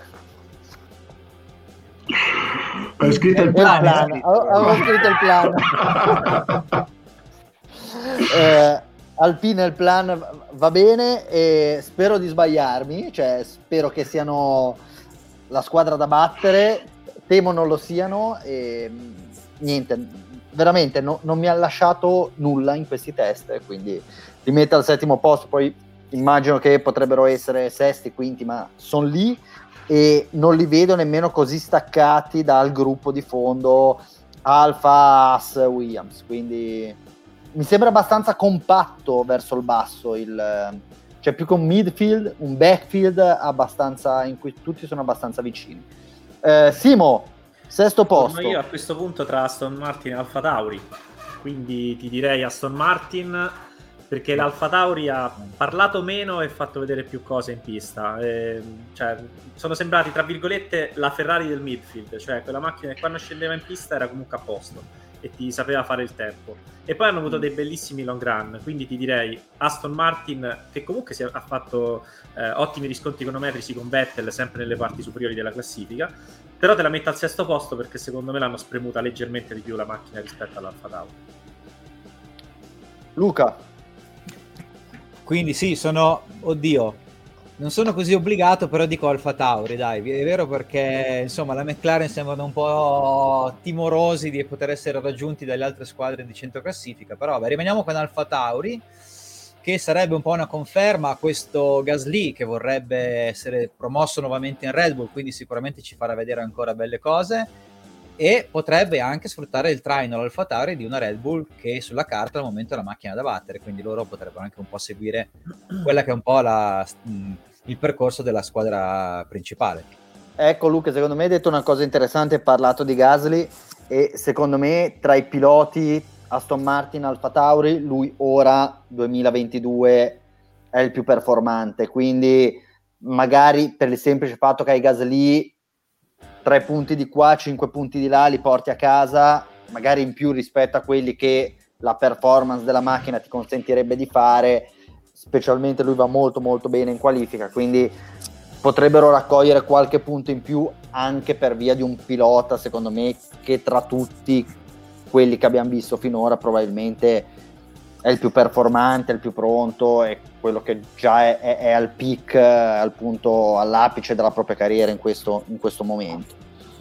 Ho scritto il il plan. plan. Avevo scritto il plan. eh, Alpine il plan va bene e spero di sbagliarmi, cioè spero che siano la squadra da battere, temo non lo siano e niente, veramente no, non mi ha lasciato nulla in questi test, quindi li metto al settimo posto, poi immagino che potrebbero essere sesti, quinti, ma sono lì e non li vedo nemmeno così staccati dal gruppo di fondo Alfa, Haas, Williams, quindi mi sembra abbastanza compatto verso il basso, il, cioè più che un midfield, un backfield abbastanza in cui tutti sono abbastanza vicini. Eh, Simo, sesto posto. Sono io a questo punto tra Aston Martin e Alfa Tauri, quindi ti direi Aston Martin, perché l'Alfa Tauri ha parlato meno e fatto vedere più cose in pista, e, cioè, sono sembrati tra virgolette la Ferrari del midfield, cioè quella macchina che quando scendeva in pista era comunque a posto, e ti sapeva fare il tempo. E poi hanno avuto dei bellissimi long run, quindi ti direi Aston Martin, che comunque si è, ha fatto eh, ottimi riscontri econometrici con Vettel sempre nelle parti superiori della classifica, però te la metto al sesto posto perché secondo me l'hanno spremuta leggermente di più la macchina rispetto all'Alfa Tauri. Luca. Quindi sì, sono, oddio, non sono così obbligato, però dico Alfa Tauri, dai, è vero, perché insomma la McLaren sembrano un po' timorosi di poter essere raggiunti dalle altre squadre di centro classifica, però vabbè, rimaniamo con Alfa Tauri, che sarebbe un po' una conferma a questo Gasly che vorrebbe essere promosso nuovamente in Red Bull, quindi sicuramente ci farà vedere ancora belle cose e potrebbe anche sfruttare il traino l'Alfa Tauri di una Red Bull che sulla carta al momento è la macchina da battere, quindi loro potrebbero anche un po' seguire quella che è un po' la, il percorso della squadra principale. Ecco Luca, secondo me hai detto una cosa interessante, hai parlato di Gasly e secondo me tra i piloti Aston Martin, Alfa Tauri, lui ora duemilaventidue è il più performante, quindi magari per il semplice fatto che hai Gasly tre punti di qua, cinque punti di là li porti a casa, magari in più rispetto a quelli che la performance della macchina ti consentirebbe di fare, specialmente lui va molto molto bene in qualifica, quindi potrebbero raccogliere qualche punto in più anche per via di un pilota, secondo me, che tra tutti quelli che abbiamo visto finora probabilmente è il più performante, è il più pronto, è quello che già è, è, è al peak, al punto, all'apice della propria carriera in questo, in questo momento.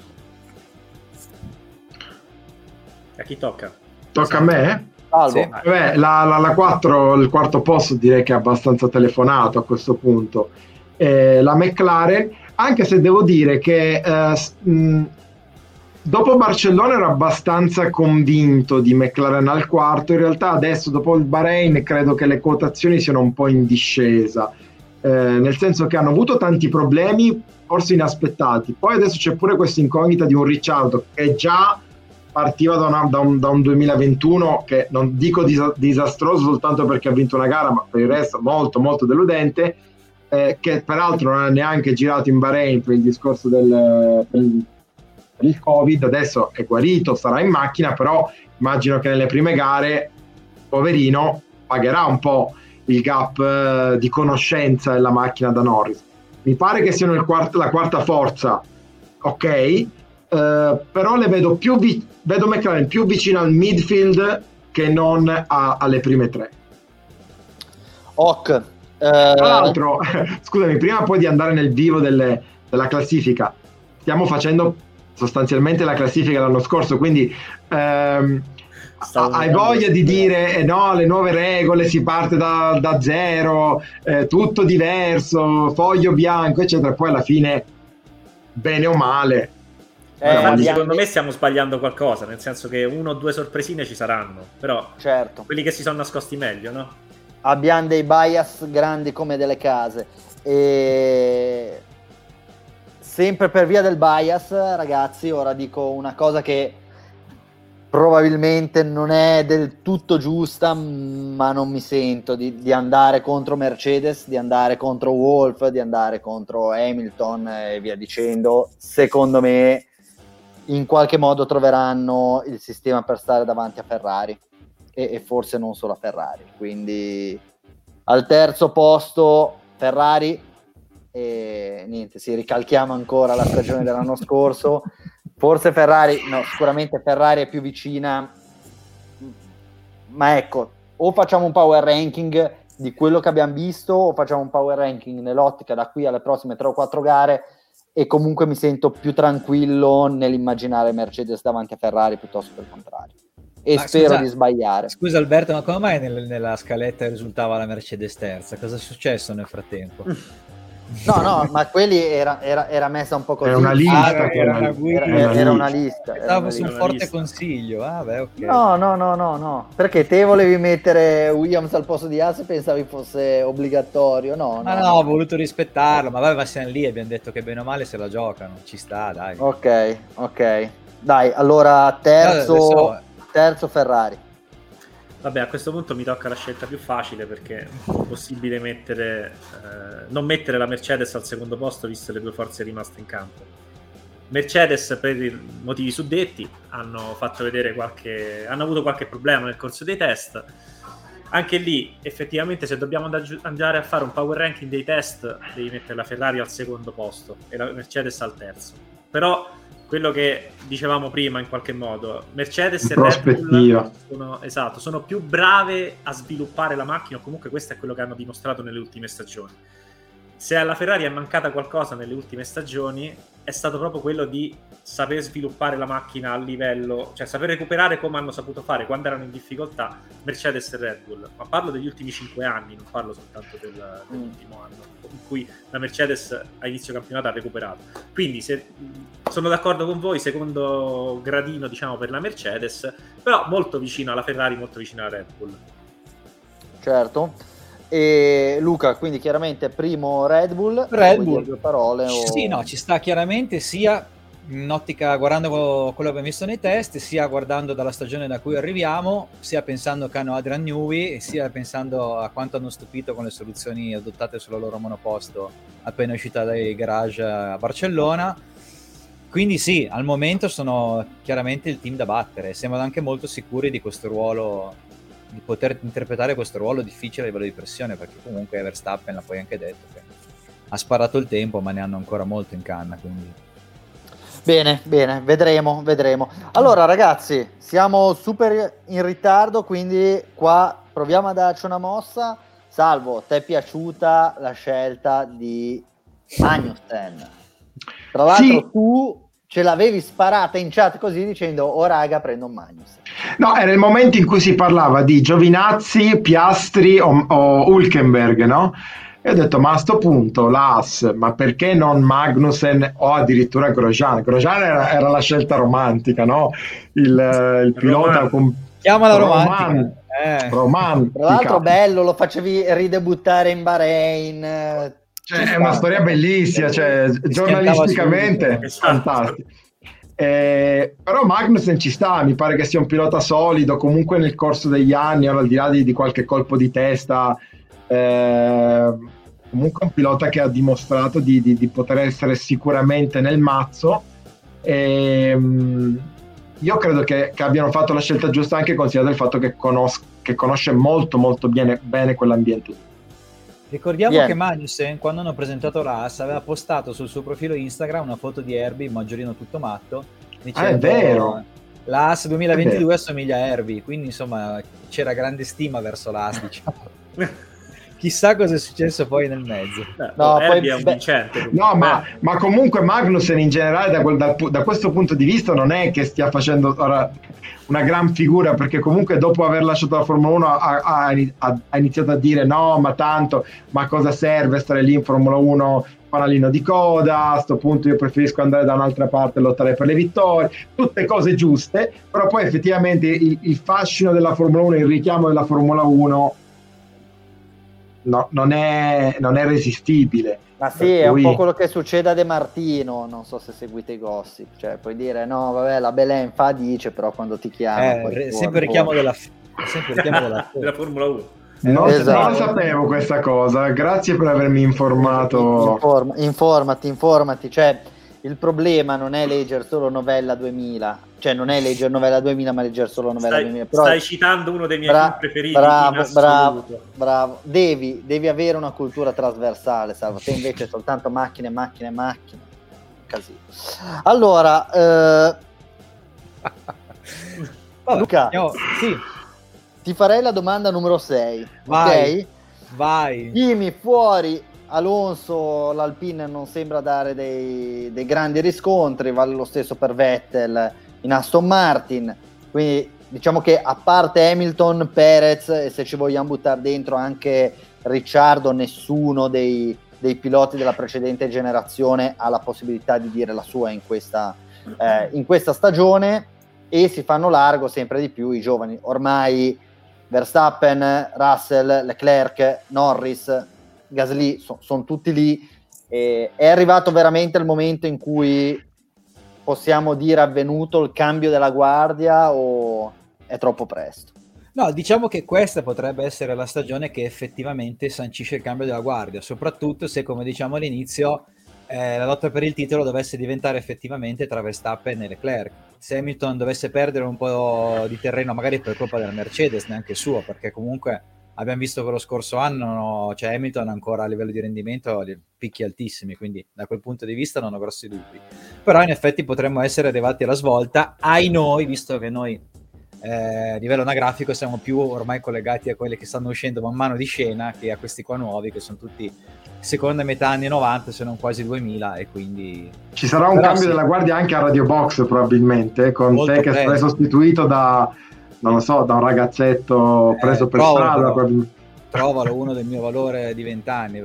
A chi tocca? Tocca a me? Salvo. Sì. Vabbè, la, la, la quattro, il quarto posto direi che è abbastanza telefonato a questo punto. Eh, la McLaren, anche se devo dire che eh, mh, dopo Barcellona ero abbastanza convinto di McLaren al quarto, in realtà adesso dopo il Bahrain credo che le quotazioni siano un po' in discesa, eh, nel senso che hanno avuto tanti problemi forse inaspettati, poi adesso c'è pure questa incognita di un Ricciardo che già partiva da, una, da, un, da un duemilaventuno che non dico dis- disastroso soltanto perché ha vinto una gara, ma per il resto molto molto deludente, eh, che peraltro non ha neanche girato in Bahrain per il discorso del... del il Covid, adesso è guarito, sarà in macchina, però immagino che nelle prime gare poverino pagherà un po' il gap eh, di conoscenza della macchina da Norris. Mi pare che siano il quart- la quarta forza, ok, eh, però le vedo più vi- vedo McLaren più vicino al midfield che non a- alle prime tre. Ok. Eh... Tra l'altro, scusami, prima poi di andare nel vivo delle, della classifica, stiamo facendo sostanzialmente la classifica dell'anno scorso, quindi ehm, hai voglia di dire eh no, le nuove regole, si parte da, da zero, eh, tutto diverso, foglio bianco eccetera, poi alla fine bene o male eh, infatti, secondo me stiamo sbagliando qualcosa, nel senso che uno o due sorpresine ci saranno, però certo, quelli che si sono nascosti meglio, no? Abbiamo dei bias grandi come delle case e sempre per via del bias, ragazzi, ora dico una cosa che probabilmente non è del tutto giusta, ma non mi sento di, di andare contro Mercedes, di andare contro Wolff, di andare contro Hamilton e via dicendo. Secondo me in qualche modo troveranno il sistema per stare davanti a Ferrari e, e forse non solo a Ferrari, quindi al terzo posto Ferrari. E niente, sì, ricalchiamo ancora la stagione dell'anno scorso, forse Ferrari, no, sicuramente Ferrari è più vicina, ma ecco, o facciamo un power ranking di quello che abbiamo visto o facciamo un power ranking nell'ottica da qui alle prossime tre o quattro gare e comunque mi sento più tranquillo nell'immaginare Mercedes davanti a Ferrari piuttosto che il contrario e ma spero scusa, di sbagliare. Scusa Alberto, ma come mai nel, nella scaletta risultava la Mercedes terza? Cosa è successo nel frattempo? No, no, ma quelli era, era, era messa un po' così. È una lista, ah, che era, una, una guida, era, era una lista. Era stavo una su lista. un forte consiglio. Ah, beh, ok. No, no, no, no, no. Perché te volevi mettere Williams al posto di Haas e pensavi fosse obbligatorio? No, ma no, no, no. ho voluto rispettarlo. Ma vabbè, ma siamo lì e abbiamo detto che bene o male se la giocano. Ci sta, dai. Ok, ok. Dai, allora terzo, Adesso... terzo Ferrari. Vabbè, a questo punto mi tocca la scelta più facile perché è possibile mettere eh, non mettere la Mercedes al secondo posto visto le due forze rimaste in campo. Mercedes, per i motivi suddetti, hanno fatto vedere qualche, hanno avuto qualche problema nel corso dei test. Anche lì, effettivamente, se dobbiamo andare a fare un power ranking dei test, devi mettere la Ferrari al secondo posto e la Mercedes al terzo. Però quello che dicevamo prima, in qualche modo, Mercedes e Red Bull sono, esatto, sono più brave a sviluppare la macchina, o comunque questo è quello che hanno dimostrato nelle ultime stagioni. Se alla Ferrari è mancata qualcosa nelle ultime stagioni, è stato proprio quello di saper sviluppare la macchina a livello, cioè saper recuperare come hanno saputo fare quando erano in difficoltà Mercedes e Red Bull. Ma parlo degli ultimi cinque anni, non parlo soltanto del, dell'ultimo anno in cui la Mercedes a inizio campionato ha recuperato. Quindi se, sono d'accordo con voi, secondo gradino diciamo per la Mercedes, però molto vicino alla Ferrari, molto vicino alla Red Bull. Certo. E Luca, quindi chiaramente primo Red Bull, Red Bull. Due parole o... Sì, no, ci sta chiaramente sia in ottica guardando quello che abbiamo visto nei test, sia guardando dalla stagione da cui arriviamo, sia pensando che hanno Adrian Newey, sia pensando a quanto hanno stupito con le soluzioni adottate sulla loro monoposto appena uscita dai garage a Barcellona. Quindi sì, al momento sono chiaramente il team da battere, sembrano anche molto sicuri di questo ruolo, di poter interpretare questo ruolo difficile a livello di pressione, perché comunque Verstappen l'ha poi anche detto che ha sparato il tempo, ma ne hanno ancora molto in canna, quindi bene, bene, vedremo, vedremo. Allora ragazzi, siamo super in ritardo, quindi qua proviamo a darci una mossa. Salvo, ti è piaciuta la scelta di Magnussen? Tra l'altro sì. Tu ce l'avevi sparata in chat così dicendo oh raga prendo un Magnussen. No, era il momento in cui si parlava di Giovinazzi, Piastri o, o Hülkenberg, no? E ho detto ma a sto punto l'Haas, ma perché non Magnussen o addirittura Grosjean? Grosjean era, era la scelta romantica, no? Il, il pilota Roman. con... Chiamala romantica. Roman. Eh. romantica. Tra l'altro bello, lo facevi ridebuttare in Bahrain. Cioè, è una storia bellissima, cioè, giornalisticamente è fantastico. Eh, però Magnussen ci sta, mi pare che sia un pilota solido, comunque nel corso degli anni, al di là di, di qualche colpo di testa, eh, comunque un pilota che ha dimostrato di, di, di poter essere sicuramente nel mazzo. E, io credo che, che abbiano fatto la scelta giusta, anche considerato il fatto che, conos- che conosce molto molto bene, bene quell'ambiente. Ricordiamo yeah. che Magnussen, quando hanno presentato l'Haas, aveva postato sul suo profilo Instagram una foto di Herbie, maggiorino tutto matto, dicendo, ah, è vero. L'Haas duemilaventidue assomiglia a Herbie, quindi insomma c'era grande stima verso l'Haas, diciamo. Chissà cosa è successo poi nel mezzo. Beh, no, poi è un vincente. No, ma, ma comunque Magnussen in generale da, quel, da, da questo punto di vista non è che stia facendo ora una gran figura, perché comunque dopo aver lasciato la Formula uno ha, ha, ha iniziato a dire no, ma tanto, ma cosa serve stare lì in Formula uno fanalino di coda, a sto punto io preferisco andare da un'altra parte e lottare per le vittorie, tutte cose giuste, però poi effettivamente il, il fascino della Formula uno, il richiamo della Formula uno no, non, è, non è resistibile. Ma sì, per è cui... un po' quello che succede a De Martino, non so se seguite i gossip, cioè puoi dire no vabbè la Belen fa dice, però quando ti chiama eh, re, sempre richiamo della, sempre richiamo della, della Formula uno. Non, esatto. non sapevo questa cosa, grazie per avermi informato. Inform- informati, informati, cioè il problema non è leggere solo Novella duemila, cioè non è leggere Novella duemila ma leggere solo Novella stai, duemila. Però stai citando uno dei miei bra- film preferiti. Bravo, bravo, bravo. Devi, devi avere una cultura trasversale, Salvo. Te invece soltanto macchine, macchine, macchine. Casino. Allora, eh... Vabbè, Luca, io, sì. ti farei la domanda numero sei. Vai, ok? Vai. Dimmi fuori. Alonso, l'Alpine non sembra dare dei, dei grandi riscontri, vale lo stesso per Vettel in Aston Martin, quindi diciamo che a parte Hamilton, Perez e se ci vogliamo buttare dentro anche Ricciardo, nessuno dei, dei piloti della precedente generazione ha la possibilità di dire la sua in questa, eh, in questa stagione, e si fanno largo sempre di più i giovani, ormai Verstappen, Russell, Leclerc, Norris, Gasly so, sono tutti lì, e è arrivato veramente il momento in cui possiamo dire avvenuto il cambio della guardia o è troppo presto? No, diciamo che questa potrebbe essere la stagione che effettivamente sancisce il cambio della guardia, soprattutto se, come diciamo all'inizio, eh, la lotta per il titolo dovesse diventare effettivamente tra Verstappen e Leclerc. Se Hamilton dovesse perdere un po' di terreno, magari per colpa della Mercedes, neanche suo, perché comunque abbiamo visto che lo scorso anno no, cioè Hamilton ancora a livello di rendimento ha picchi altissimi, quindi da quel punto di vista non ho grossi dubbi. Però in effetti potremmo essere arrivati alla svolta, ai noi, visto che noi eh, a livello anagrafico siamo più ormai collegati a quelli che stanno uscendo man mano di scena che a questi qua nuovi, che sono tutti seconda metà anni novanta, se non quasi duemila, e quindi ci sarà un però cambio sì, della guardia anche a Radio Box probabilmente, con molto te che presto. sarai sostituito da, non lo so, da un ragazzetto Eh, preso per trovalo, strada. però. probabilmente. Trovalo uno del mio valore di vent'anni.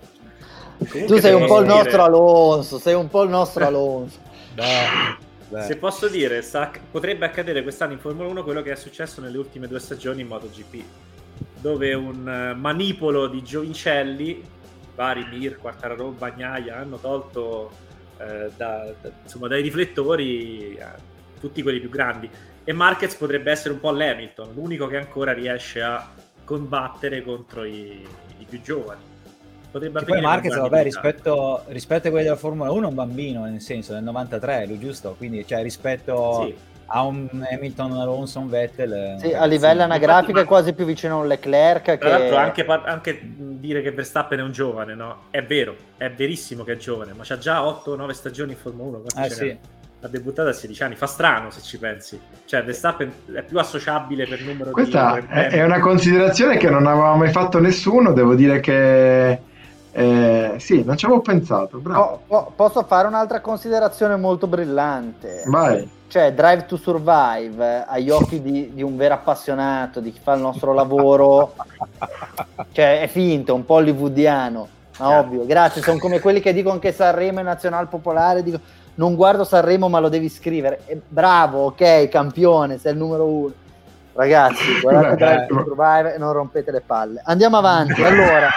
Tu sei un po' il dire- nostro Alonso, sei un po' il nostro Alonso. Beh, beh. Se posso dire, sta- potrebbe accadere quest'anno in Formula uno quello che è successo nelle ultime due stagioni in MotoGP, dove un eh, manipolo di giovincelli, vari Mir, Quartararo, Bagnaia, hanno tolto eh, da- da- insomma, dai riflettori eh, tutti quelli più grandi, e Marquez potrebbe essere un po' l'Hamilton, l'unico che ancora riesce a combattere contro i, i più giovani. Potrebbe Che poi avvenire Marquez, con vabbè, grandi rispetto, rispetto a quelli della Formula uno è un bambino, nel senso, del novantatré, lui, giusto? Quindi, cioè, rispetto Sì. a un Hamilton, un Alonso, un Vettel... è un Sì, a ragazzino. livello anagrafico Infatti, è quasi più vicino a un Leclerc che... Tra l'altro anche, par- anche dire che Verstappen è un giovane, no? È vero, è verissimo che è giovane, ma c'ha già otto nove stagioni in Formula uno. quanti Eh ce n'è? sì. Ha debuttato a sedici anni, fa strano se ci pensi. Cioè Verstappen è più associabile per numero Questa di... è, è una considerazione che non aveva mai fatto nessuno, devo dire che eh, sì, non ci avevo pensato, bravo. Po- po- posso fare un'altra considerazione molto brillante? Vai. Cioè, Drive to Survive, eh, agli occhi di, di un vero appassionato, di chi fa il nostro lavoro, cioè è finto, un po' hollywoodiano, ma Chiaro. ovvio. Grazie, sono come quelli che dicono che Sanremo è nazional popolare, dico non guardo Sanremo ma lo devi scrivere. E bravo, ok, campione, sei il numero uno. Ragazzi, guardate Drive to Survive e non rompete le palle. Andiamo avanti, allora.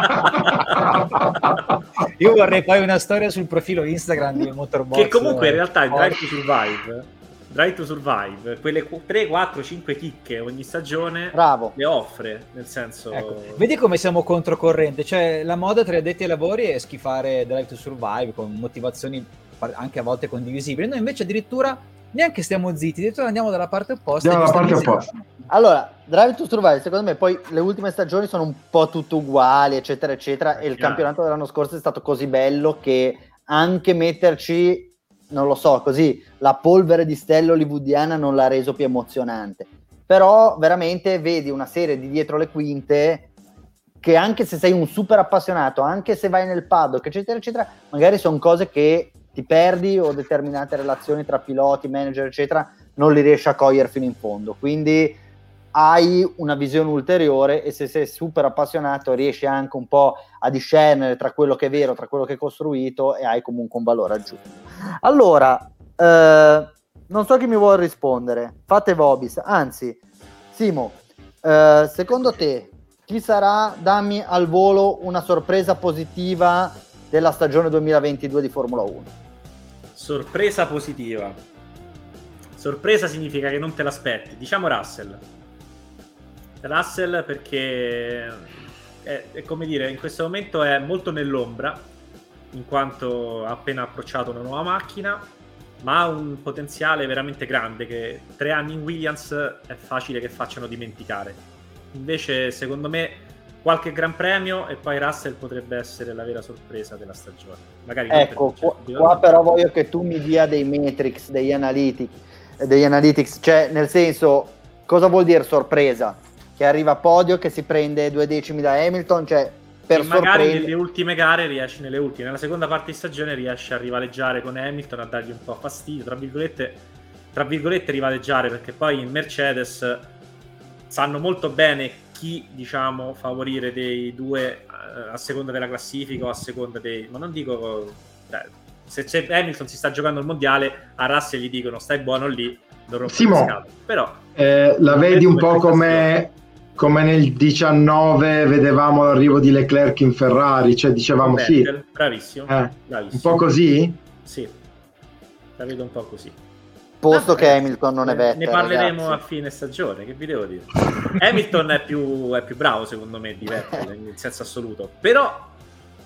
Io vorrei poi una storia sul profilo Instagram di Motorbox. Che comunque in realtà il Oh, Drive to Survive, Drive to Survive, quelle tre, quattro, cinque chicche ogni stagione Bravo. le offre, nel senso... ecco, vedi come siamo controcorrente, cioè la moda tra gli addetti ai lavori è schifare Drive to Survive con motivazioni anche a volte condivisibili, noi invece addirittura neanche stiamo zitti, addirittura andiamo dalla parte opposta. Andiamo dalla parte giustamente- opposta. Allora, Drive to Survive, secondo me poi le ultime stagioni sono un po' tutte uguali, eccetera, eccetera, e il Chiaro. campionato dell'anno scorso è stato così bello che anche metterci, non lo so, così, la polvere di stella hollywoodiana non l'ha reso più emozionante. Però veramente vedi una serie di dietro le quinte che anche se sei un super appassionato, anche se vai nel paddock, eccetera, eccetera, magari sono cose che ti perdi o determinate relazioni tra piloti, manager, eccetera, non li riesci a cogliere fino in fondo. Quindi hai una visione ulteriore e se sei super appassionato riesci anche un po' a discernere tra quello che è vero, tra quello che è costruito, e hai comunque un valore aggiunto. Allora, eh, non so chi mi vuole rispondere, fate Vobis, anzi, Simo, eh, secondo te chi sarà, dammi al volo una sorpresa positiva della stagione duemilaventidue di Formula uno? Sorpresa positiva. Sorpresa significa che non te l'aspetti. Diciamo Russell. Russell perché è, è come dire, in questo momento è molto nell'ombra, in quanto ha appena approcciato una nuova macchina, ma ha un potenziale veramente grande che tre anni in Williams è facile che facciano dimenticare. Invece, secondo me, qualche gran premio e poi Russell potrebbe essere la vera sorpresa della stagione. Magari non Ecco, per qua, vincere, qua però voglio che tu mi dia dei metrics, degli analytics, degli analytics, cioè nel senso, cosa vuol dire sorpresa? Che arriva a podio, che si prende due decimi da Hamilton, cioè per e magari sorprendere. nelle ultime gare riesce, nelle ultime, nella seconda parte di stagione riesce a rivaleggiare con Hamilton, a dargli un po' fastidio, tra virgolette, tra virgolette rivaleggiare, perché poi in Mercedes sanno molto bene chi, diciamo, favorire dei due eh, a seconda della classifica o a seconda dei... ma non dico... Beh, se c'è Hamilton si sta giocando il mondiale, a Russell gli dicono stai buono lì, non rompere Simo, le scatole. Però eh, la non vedi vedo un po' prestazioni. come, come nel diciannove vedevamo l'arrivo di Leclerc in Ferrari, cioè dicevamo sì, Vettel, bravissimo, eh, bravissimo. un po' così? Sì, la vedo un po' così. Posto che Vabbè, Hamilton non è ne- Vettel, Ne parleremo ragazzi. a fine stagione, che vi devo dire. Hamilton è più, è più bravo secondo me di Vettel in senso assoluto, però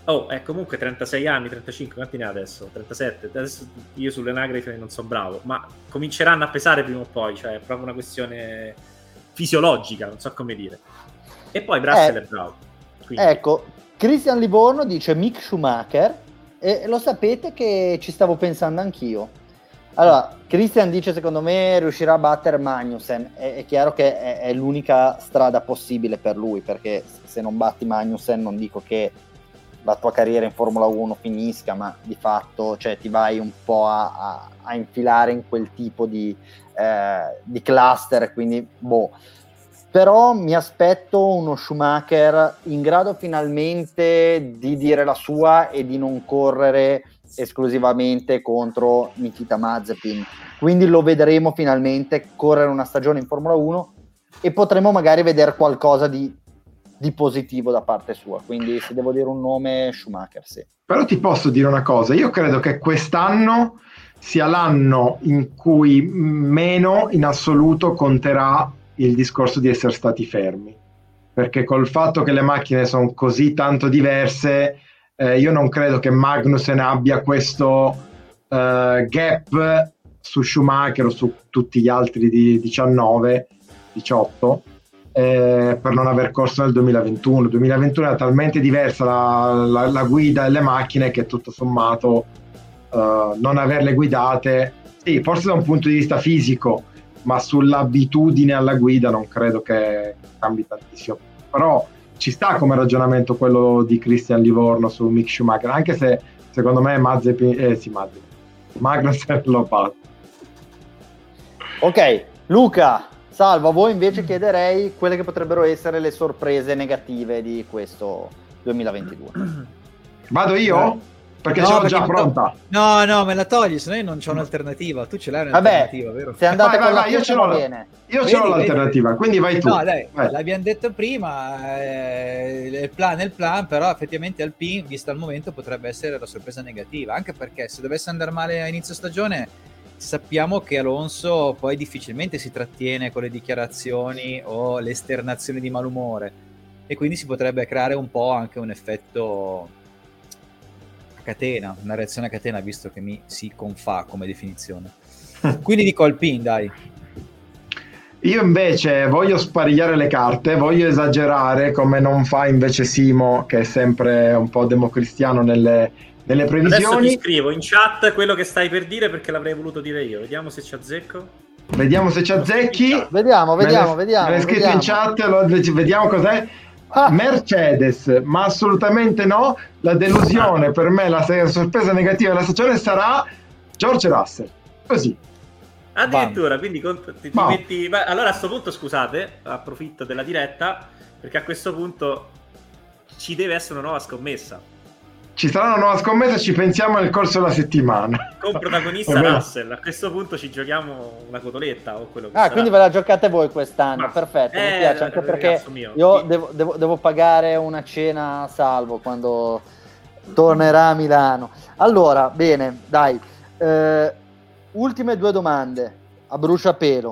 Oh, è comunque trentasei anni, trentacinque, quanti ne ha adesso? trentasette. Adesso io sulle anagrafi non sono bravo, ma cominceranno a pesare prima o poi, cioè è proprio una questione fisiologica, non so come dire. E poi Russell Eh, è bravo. Quindi. Ecco, Christian Livorno dice Mick Schumacher, e lo sapete che ci stavo pensando anch'io. Allora, Christian dice secondo me riuscirà a battere Magnussen, è, è chiaro che è, è l'unica strada possibile per lui, perché se non batti Magnussen non dico che la tua carriera in Formula uno finisca, ma di fatto, cioè, ti vai un po' a, a, a infilare in quel tipo di, eh, di cluster, quindi boh. Però mi aspetto uno Schumacher in grado finalmente di dire la sua e di non correre esclusivamente contro Nikita Mazepin, quindi lo vedremo finalmente correre una stagione in Formula uno e potremo magari vedere qualcosa di di positivo da parte sua, quindi se devo dire un nome, Schumacher, sì. Però ti posso dire una cosa, io credo che quest'anno sia l'anno in cui meno in assoluto conterà il discorso di essere stati fermi, perché col fatto che le macchine sono così tanto diverse, eh, io non credo che Magnussen abbia questo eh, gap su Schumacher o su tutti gli altri di diciannove diciotto, Eh, per non aver corso nel duemilaventuno. duemilaventuno era talmente diversa la, la, la guida e le macchine che tutto sommato uh, non averle guidate, sì, forse da un punto di vista fisico, ma sull'abitudine alla guida non credo che cambi tantissimo. Però ci sta come ragionamento quello di Christian Livorno su Mick Schumacher, anche se secondo me Mazepin, eh sì, Mazepin, Magnussen lo fa. Ok, Luca, Salvo, a voi invece chiederei quelle che potrebbero essere le sorprese negative di questo duemilaventidue. Vado io? Perché no, ce l'ho perché già no, pronta. No, no, me la togli, se no io non c'ho un'alternativa. Tu ce l'hai un'alternativa, Vabbè, vero? se andate vai, con vai, la vai, io ce l'ho, va bene. Io Vedi, ce l'ho vedi, l'alternativa, vedi. quindi vai tu. No, dai, vai. l'abbiamo detto prima, eh, il plan è il plan, però effettivamente Alpine, vista al momento, potrebbe essere la sorpresa negativa, anche perché se dovesse andare male a inizio stagione, sappiamo che Alonso poi difficilmente si trattiene con le dichiarazioni o le esternazioni di malumore, e quindi si potrebbe creare un po' anche un effetto a catena, una reazione a catena, visto che mi si confà come definizione. Quindi dico Alpine, dai. Io invece voglio sparigliare le carte, voglio esagerare come non fa invece Simo, che è sempre un po' democristiano nelle, nelle previsioni. Adesso ti scrivo in chat quello che stai per dire, perché l'avrei voluto dire io. Vediamo se ci azzecco. Vediamo se ci azzecchi. Vediamo, vediamo, me vediamo. Me l'hai scritto vediamo. in chat, lo, vediamo cos'è. Ah. Mercedes, ma assolutamente no. La delusione per me, la sorpresa negativa della stagione sarà George Russell. Così. Addirittura, Bam. quindi ti, ti Bam. metti... Beh, allora a questo punto, scusate, approfitto della diretta, perché a questo punto ci deve essere una nuova scommessa. Ci sarà una nuova scommessa, ci pensiamo nel corso della settimana. Con protagonista Russell. A questo punto ci giochiamo una cotoletta o quello che Ah, sarà. quindi ve la giocate voi quest'anno, Ma- perfetto, eh, mi piace, anche perché mio. io Sì. devo, devo, devo pagare una cena a Salvo quando tornerà a Milano. Allora, bene, dai, eh, ultime due domande a bruciapelo.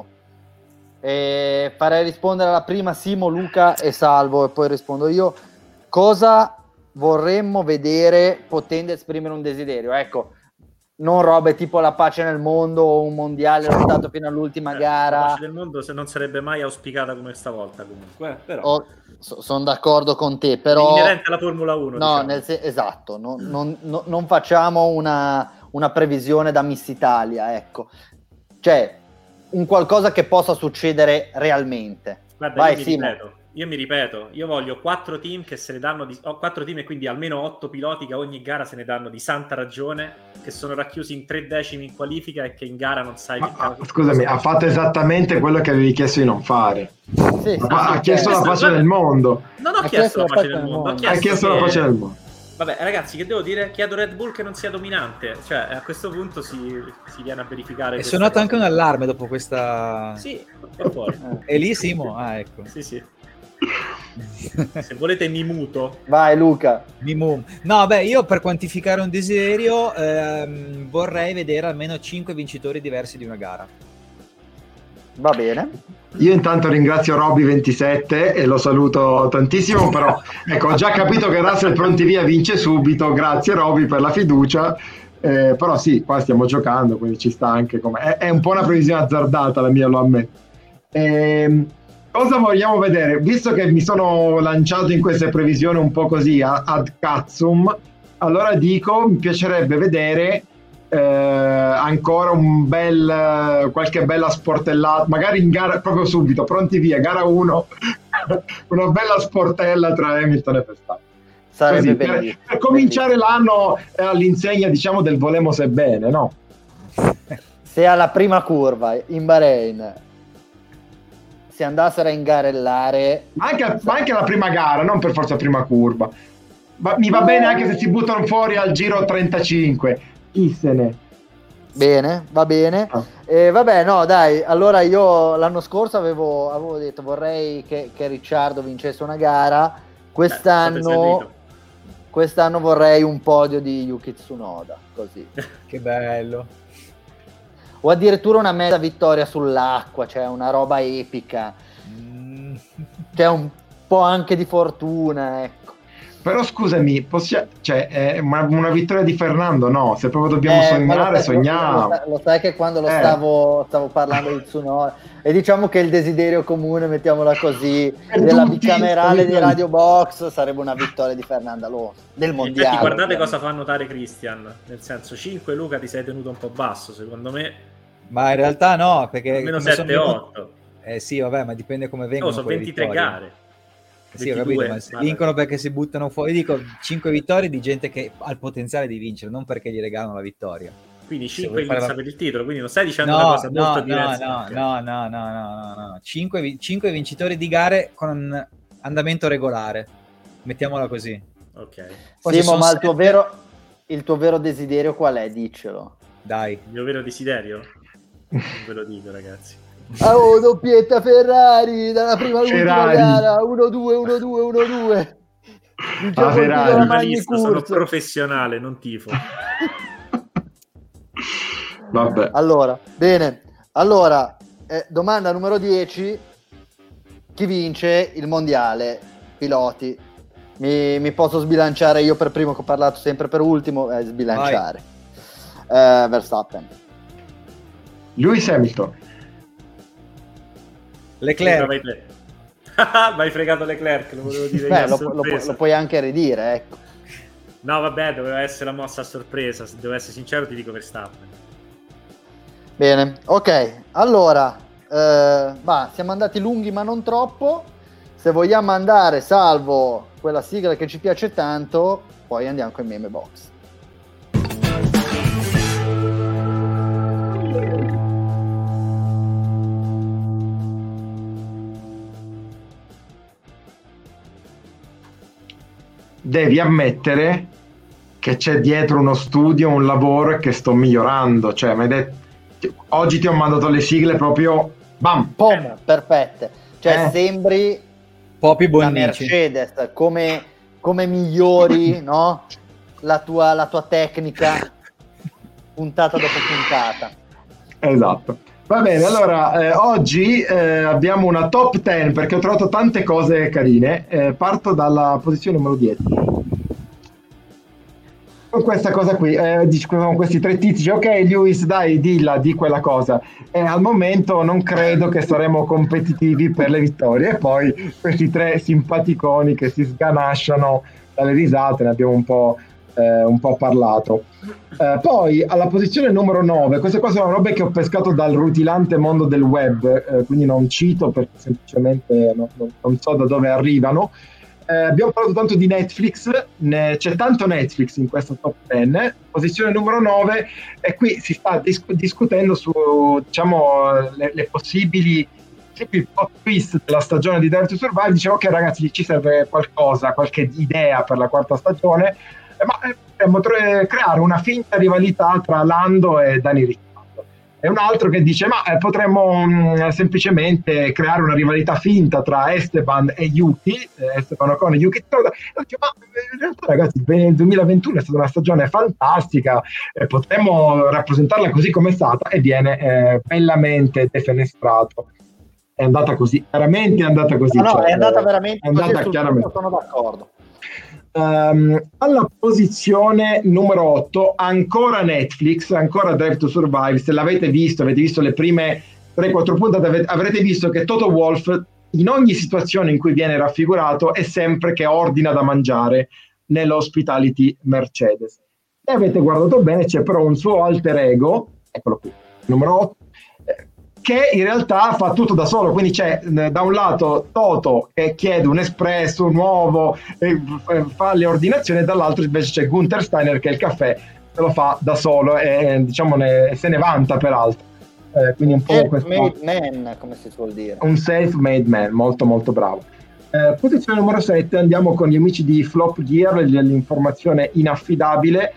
E farei rispondere alla prima Simo, Luca e Salvo, e poi rispondo io. Cosa vorremmo vedere potendo esprimere un desiderio? Ecco, non robe tipo la pace nel mondo o un mondiale lottato fino all'ultima Eh, gara. La pace del mondo se non sarebbe mai auspicata come stavolta, comunque. Eh, però. Oh, so- sono d'accordo con te, però Inerente alla Formula uno. no, diciamo. nel se- esatto, no- non, no- non facciamo una, una previsione da Miss Italia, ecco, cioè un qualcosa che possa succedere realmente. Guarda, Vai, io mi Simo. ripeto, io mi ripeto, io voglio quattro team che se ne danno di, ho quattro team e quindi almeno otto piloti che a ogni gara se ne danno di santa ragione, che sono racchiusi in tre decimi in qualifica e che in gara non sai Ma, che cavolo- scusami, ha fatto esattamente quello che avevi chiesto di non fare. Sì, sì, Ha, sì, ha chiesto certo. la pace nel mondo. Non ho Ha chiesto la chiesto pace nel mondo, ho mondo. Ha chiesto, chiesto che- la pace nel mondo. Vabbè, ragazzi, che devo dire? Chiedo Red Bull che non sia dominante, cioè a questo punto si, si viene a verificare. È questa suonato cosa. anche un allarme dopo questa... Sì, è fuori. E lì Simo? Ah, ecco. Sì, sì. Se volete mi muto. Vai Luca. Mimum. No, beh, io per quantificare un desiderio ehm, vorrei vedere almeno cinque vincitori diversi di una gara. Va bene. Io intanto ringrazio Roby ventisette e lo saluto tantissimo, però ecco, ho già capito che Russell pronti via vince subito, grazie Roby per la fiducia, eh, però sì, qua stiamo giocando, quindi ci sta anche come... È, è un po' una previsione azzardata la mia, lo ammetto. Ehm, cosa vogliamo vedere? Visto che mi sono lanciato in queste previsioni un po' così ad cazzum, allora dico, mi piacerebbe vedere eh, ancora un bel qualche bella sportellata, magari in gara proprio subito, pronti via, gara uno, una bella sportella tra Hamilton e Verstappen. Sarebbe Così, per, bellissimo, per cominciare bellissimo. l'anno all'insegna, diciamo, del volemos e bene, no? Se alla prima curva in Bahrain si andassero a ingarellare, Ma anche, ma anche la prima gara, non per forza prima curva. Ma mi va bene anche se si buttano fuori al giro trentacinque. Chi se ne? bene, va bene. Ah. E vabbè, no, dai, allora io l'anno scorso avevo, avevo detto vorrei che, che Ricciardo vincesse una gara, quest'anno, Eh, quest'anno vorrei un podio di Yuki Tsunoda, così. Che bello. O addirittura una mezza vittoria sull'acqua, cioè una roba epica, Mm. cioè un po' anche di fortuna, ecco. Però scusami, possia- cioè, è una, una vittoria di Fernando, no? Se proprio dobbiamo Eh, ma sognare, lo sai, sogniamo. Lo, lo, lo sai che quando lo Eh. stavo, stavo parlando di Tsunoda, e diciamo che il desiderio comune, mettiamola così, Per della tutti, bicamerale di per tutti. Radio Box sarebbe una vittoria di Fernando Alonso, del mondiale. Infatti, guardate ovviamente. cosa fa notare Christian, nel senso cinque Luca ti sei tenuto un po' basso, secondo me Ma in realtà no, perché almeno come sono sette venuti- otto. Eh sì, vabbè, ma dipende come vengono Oh, sono quelle ventitré vittorie. gare. Sì, ho capito, ventidue, ma se guarda. vincono perché si buttano fuori. Io dico cinque vittorie di gente che ha il potenziale di vincere, non perché gli regalano la vittoria. Quindi Se cinque vuoi fare inizia la- per il titolo, quindi non stai dicendo No, una cosa no, molto no, diversa. no, Ok. no, no, no, no, no, no. Cinque, vi- cinque vincitori di gare con andamento regolare. Mettiamola così. Ok. Poi ci Simo, sono ma il tuo, sette- vero, il tuo vero desiderio qual è? Diccelo. Dai. Il mio vero desiderio? Non ve lo dico, ragazzi. Ah, oh, doppietta Ferrari dalla prima all'ultima Ferrari. gara, uno due, uno due, uno due. Vinciamo Ah, il titolo Ferrari. alla Giornalista, sono Magny-Cours. professionale, non tifo. Vabbè. Allora, bene. Allora, eh, domanda numero dieci. Chi vince il mondiale? Piloti. Mi, mi posso sbilanciare io per primo, che ho parlato sempre per ultimo, eh, sbilanciare. Eh, Verstappen. Lewis Hamilton. Leclerc. Vai te. Mi hai fregato Leclerc, lo volevo dire io Beh, a lo, pu- lo, pu- sorpresa. lo puoi anche ridire, ecco. No, vabbè, doveva essere la mossa a sorpresa. Se devo essere sincero, ti dico Verstappen. Bene, ok. Allora, eh, bah, siamo andati lunghi ma non troppo. Se vogliamo andare, salvo quella sigla che ci piace tanto, poi andiamo con i meme box. Devi ammettere che c'è dietro uno studio, un lavoro e che sto migliorando. Cioè, mi hai detto, oggi ti ho mandato le sigle proprio bam. Pom, perfette. Cioè, Eh. sembri Popi la Bonnici. Mercedes, come, come migliori, no? La tua, la tua tecnica puntata dopo puntata. Esatto. Va bene, allora eh, oggi eh, abbiamo una top dieci perché ho trovato tante cose carine. Eh, parto dalla posizione numero dieci. Con questa cosa qui, eh, dici- con questi tre tizi, ok Lewis, dai, dilla, di quella cosa. E al momento non credo che saremo competitivi per le vittorie. E poi questi tre simpaticoni che si sganasciano dalle risate, ne abbiamo un po', eh, un po' parlato. Eh, poi alla posizione numero nove, queste qua sono robe che ho pescato dal rutilante mondo del web, eh, quindi non cito perché semplicemente no- non, non so da dove arrivano. Eh, abbiamo parlato tanto di Netflix, ne- c'è tanto Netflix in questa top dieci, posizione numero nove, e qui si sta dis- discutendo su, diciamo, le, le possibili il plot twist della stagione di Dare to Survive. Dicevo, ok ragazzi, ci serve qualcosa, qualche idea per la quarta stagione, eh, ma eh, potremmo tre- creare una finta rivalità tra Lando e Dani Ricciardo. E un altro che dice, ma eh, potremmo mh, semplicemente creare una rivalità finta tra Esteban e Yuki, eh, Esteban Ocon e Yuki Tsunoda. E dice, ma in realtà ragazzi, il duemilaventuno è stata una stagione fantastica, eh, potremmo rappresentarla così come è stata, e viene eh, bellamente defenestrato. è andata così, veramente è andata così. No, no, cioè, è andata veramente è andata così, chiaramente. Sono d'accordo. Um, alla posizione numero otto ancora Netflix, ancora Drive to Survive. Se l'avete visto, avete visto le prime tre quattro puntate, avrete visto che Toto Wolff in ogni situazione in cui viene raffigurato è sempre che ordina da mangiare nell'Hospitality Mercedes. E avete guardato bene, c'è però un suo alter ego, eccolo qui, numero otto, che in realtà fa tutto da solo, quindi c'è da un lato Toto che chiede un espresso, un uovo, e fa le ordinazioni, e dall'altro invece c'è Gunther Steiner che il caffè se lo fa da solo e diciamo ne, se ne vanta peraltro. Eh, quindi un po' self-made man, come si suol dire. Un self-made man, molto molto bravo. Eh, posizione numero sette, andiamo con gli amici di Flop Gear, l'informazione inaffidabile.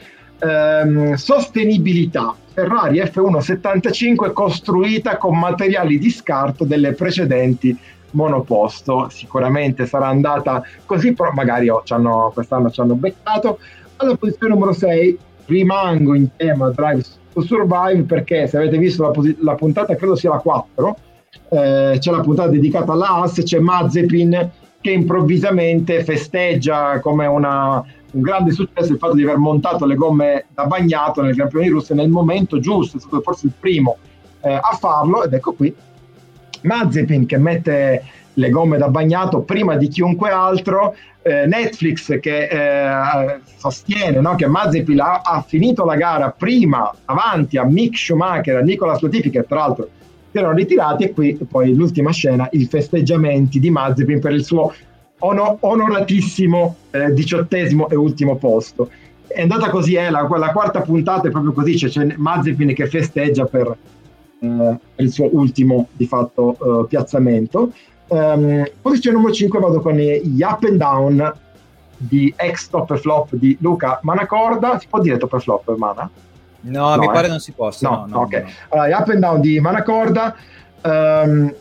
Ehm, sostenibilità. Ferrari F uno settantacinque costruita con materiali di scarto delle precedenti monoposto. Sicuramente sarà andata così, però magari oh, c'hanno, quest'anno ci hanno beccato. Alla posizione numero sei rimango in tema Drive to Survive, perché se avete visto la, posi- la puntata, credo sia la quattro, eh, c'è la puntata dedicata alla Haas, c'è Mazepin che improvvisamente festeggia come una un grande successo il fatto di aver montato le gomme da bagnato nel Gran Premio di Russia nel momento giusto, è stato forse il primo eh, a farlo, ed ecco qui Mazepin che mette le gomme da bagnato prima di chiunque altro. eh, Netflix che eh, sostiene, no, che Mazepin ha, ha finito la gara prima davanti a Mick Schumacher, a Nicolas Latifi, che tra l'altro si erano ritirati, e qui poi l'ultima scena, i festeggiamenti di Mazepin per il suo Ono, onoratissimo eh, diciottesimo e ultimo posto. È andata così, eh, la, la quarta puntata è proprio così, c'è, c'è Mazepin che festeggia per, eh, per il suo ultimo di fatto eh, piazzamento. Um, posizione numero cinque vado con gli up and down di ex top e flop di Luca Manacorda. Si può dire top e flop, Mana? No, no mi eh? pare non si possa. No, no, no, ok. no. Allora, gli up and down di Manacorda. Um,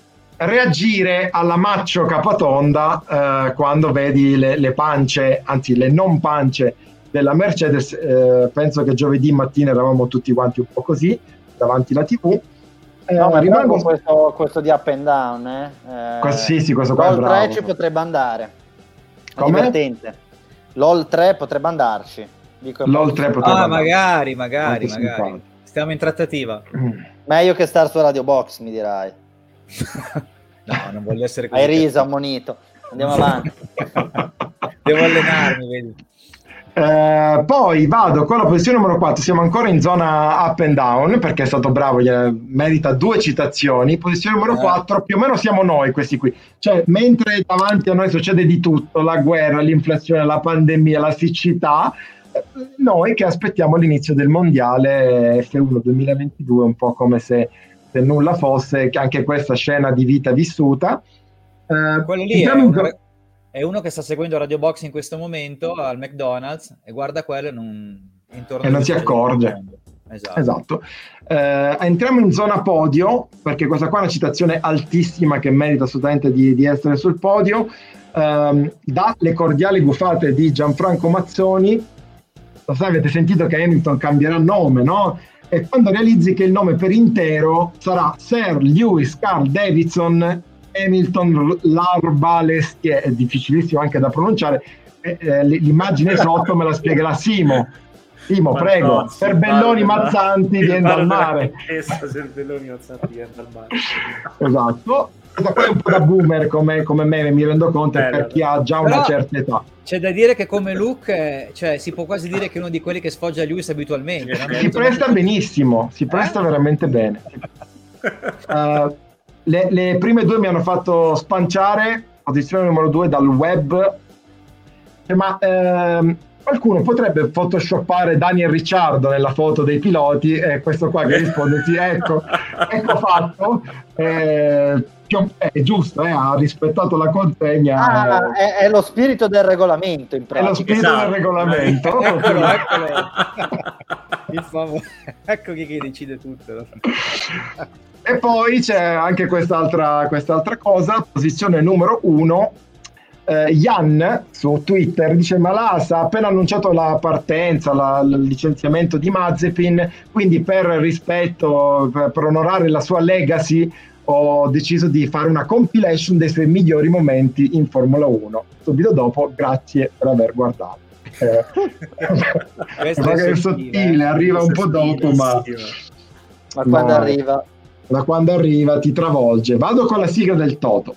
reagire alla Maccio Capatonda eh, quando vedi le, le pance, anzi le non pance della Mercedes. Eh, penso che giovedì mattina eravamo tutti quanti un po' così davanti alla tivù. Eh, no, ma rimango questo, questo di up and down, eh? Eh, questo, sì, sì, questo qua è LOL bravo. tre ci potrebbe andare, è Come? divertente. LOL tre potrebbe andarci. Dico, LOL tre potrebbe Ah, andare. magari, magari, Molto magari. simpatico. Stiamo in trattativa. Mm. Meglio che star su Radio Box, mi dirai. No, non voglio essere così. Hai riso, ammonito. Andiamo avanti. Devo allenarmi, vedi. Eh, poi vado con la posizione numero quattro, siamo ancora in zona up and down perché è stato bravo, merita due citazioni. Posizione numero quattro, più o meno siamo noi questi qui, cioè mentre davanti a noi succede di tutto, la guerra, l'inflazione, la pandemia, la siccità, noi che aspettiamo l'inizio del mondiale F uno duemilaventidue, un po' come se, se nulla fosse, anche questa scena di vita vissuta. Eh, Quello lì è uno, è uno che sta seguendo Radio Box in questo momento al McDonald's e guarda quello e non, intorno e non si accorge. Esatto. Esatto. Eh, entriamo in zona podio, perché questa qua è una citazione altissima che merita assolutamente di, di essere sul podio. Eh, dalle cordiali gufate di Gianfranco Mazzoni, lo sai, avete sentito che Hamilton cambierà nome, no? E quando realizzi che il nome per intero sarà Sir Lewis Carl Davidson Hamilton Larbalestier, è difficilissimo anche da pronunciare, eh, eh, l'immagine sotto me la spiegherà Simo. Simo, Ma prego, no, per Belloni Mazzanti viene dal mare. Per Belloni Mazzanti viene dal mare. Esatto. Questa qua è un po' da boomer come, come meme, mi rendo conto, Bello, per chi ha già però una certa età. C'è da dire che come look, eh, cioè, si può quasi dire che è uno di quelli che sfoggia Lewis abitualmente. Sì, no? Si presta benissimo, si presta Eh? veramente bene. Uh, le, le prime due mi hanno fatto spanciare, posizione numero due dal web. Eh, ma ehm, qualcuno potrebbe photoshoppare Daniel Ricciardo nella foto dei piloti, e eh, questo qua che risponde sì, ecco, ecco fatto. Eh, è giusto, eh, ha rispettato la consegna. Ah, eh. è, è lo spirito del regolamento, in pratica. È lo spirito Esatto. del regolamento. Eccolo, eccolo. Il favore. Ecco chi, chi decide tutto. E poi c'è anche quest'altra, quest'altra cosa, posizione numero uno. Eh, Jan su Twitter dice: ma l'A S ha appena annunciato la partenza, la, il licenziamento di Mazepin, quindi per rispetto, per, per onorare la sua legacy, ho deciso di fare una compilation dei suoi migliori momenti in Formula uno. Subito dopo, grazie per aver guardato. Eh, Questo è è sottile, arriva un po' dopo, ma, ma quando ma arriva da quando arriva ti travolge. Vado con la sigla del Toto.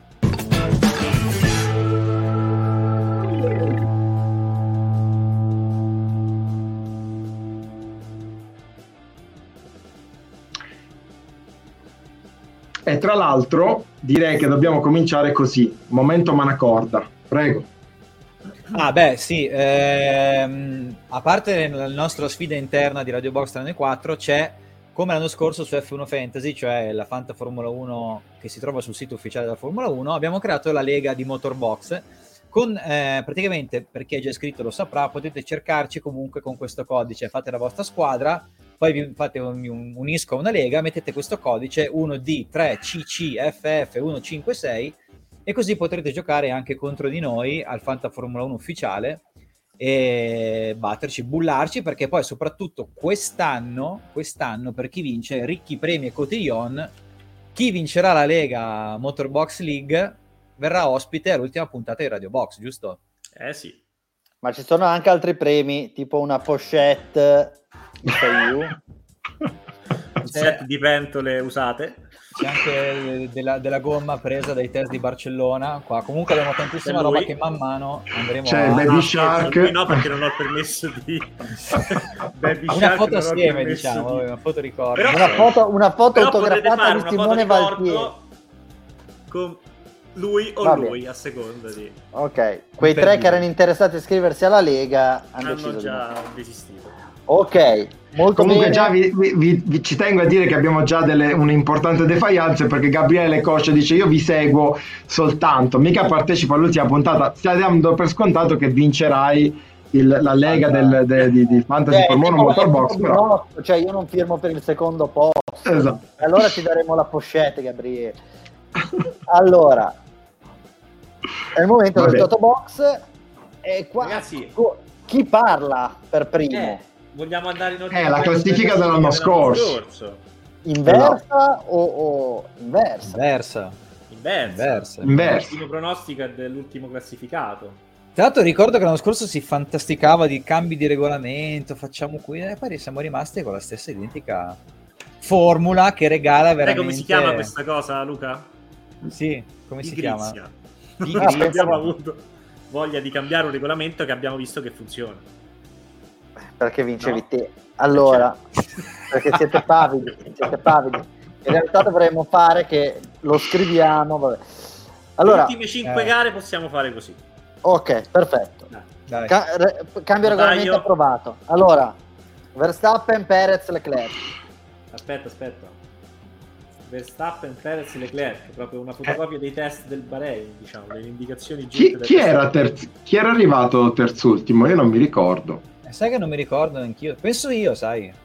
E tra l'altro direi che dobbiamo cominciare così. Momento Manacorda, prego. Ah beh sì, ehm, a parte la nostra sfida interna di Radio Box trentaquattro, c'è come l'anno scorso su F uno Fantasy, cioè la Fanta Formula uno che si trova sul sito ufficiale della Formula uno, abbiamo creato la lega di Motorbox con eh, praticamente, per chi è già iscritto lo saprà, potete cercarci comunque con questo codice, fate la vostra squadra, poi vi fate un, un, unisco a una lega, mettete questo codice uno D tre C C F F uno cinque sei e così potrete giocare anche contro di noi al Fanta Formula uno ufficiale e batterci, bullarci, perché poi soprattutto quest'anno, quest'anno per chi vince ricchi premi e cotillon, chi vincerà la Lega Motorbox League verrà ospite all'ultima puntata di Radio Box, giusto? Eh sì. Ma ci sono anche altri premi, tipo una pochette un set di pentole usate. C'è anche della, della gomma presa dai test di Barcellona. Qua comunque abbiamo tantissima roba che man mano andremo c'è a... Baby Ah, Shark. Lui no, perché non ho il permesso di Baby una Shark, foto non ho il assieme, permesso diciamo, di- una foto ricordo. Però- una foto, una foto Però potete autografata fare di una foto Simone ricordo Valtieri. con lui o Va lui bene. a seconda di Ok, quei Per tre dire. che erano interessati a iscriversi alla Lega hanno, hanno deciso di già no. desistito. Ok, molto Comunque bene. già vi, vi- vi- vi- ci tengo a dire che abbiamo già delle un'importante defiance, perché Gabriele Coscia dice io vi seguo soltanto, mica partecipo all'ultima puntata. Stai dando per scontato che vincerai il- la lega del, de- di, di Fantasy Cioè, è Formula tipo- uno è tipo Motorbox, però Binotto, cioè io non firmo per il secondo posto. esatto. Allora ti daremo la pochette, Gabriele. Allora, è il momento Vabbè. del Toto Box e qua Ragazzi, co- chi parla per primo? eh, vogliamo andare in ordine Eh, la classifica dell'anno scorso. Inversa o, o inversa? Inversa. Inversa. Inversa. Inverso. L'ultimo pronostico è dell'ultimo classificato. Tra l'altro ricordo che l'anno scorso si fantasticava di cambi di regolamento, facciamo qui, e poi siamo rimasti con la stessa identica formula che regala Sai veramente... come si chiama questa cosa, Luca? Sì, come si chiama? Pigrizia. Pigrizia. Non abbiamo avuto voglia di cambiare un regolamento che abbiamo visto che funziona. Perché vincevi No. te. Allora, perché siete pavidi, siete pavidi. In realtà dovremmo fare che lo scriviamo, vabbè. Allora, Le ultime cinque eh. gare possiamo fare così. ok, perfetto. Dai. Dai. Ca- re- cambio Notaio. regolamento approvato. Allora, Verstappen, Perez, Leclerc. Aspetta, aspetta. Verstappen, Perez, Leclerc, proprio una fotocopia dei test del Bahrain, diciamo, delle indicazioni Chi, giunte da chi questa- era terz- chi era arrivato terzultimo? Io non mi ricordo. Eh, sai che non mi ricordo neanch'io. Penso io, sai. Non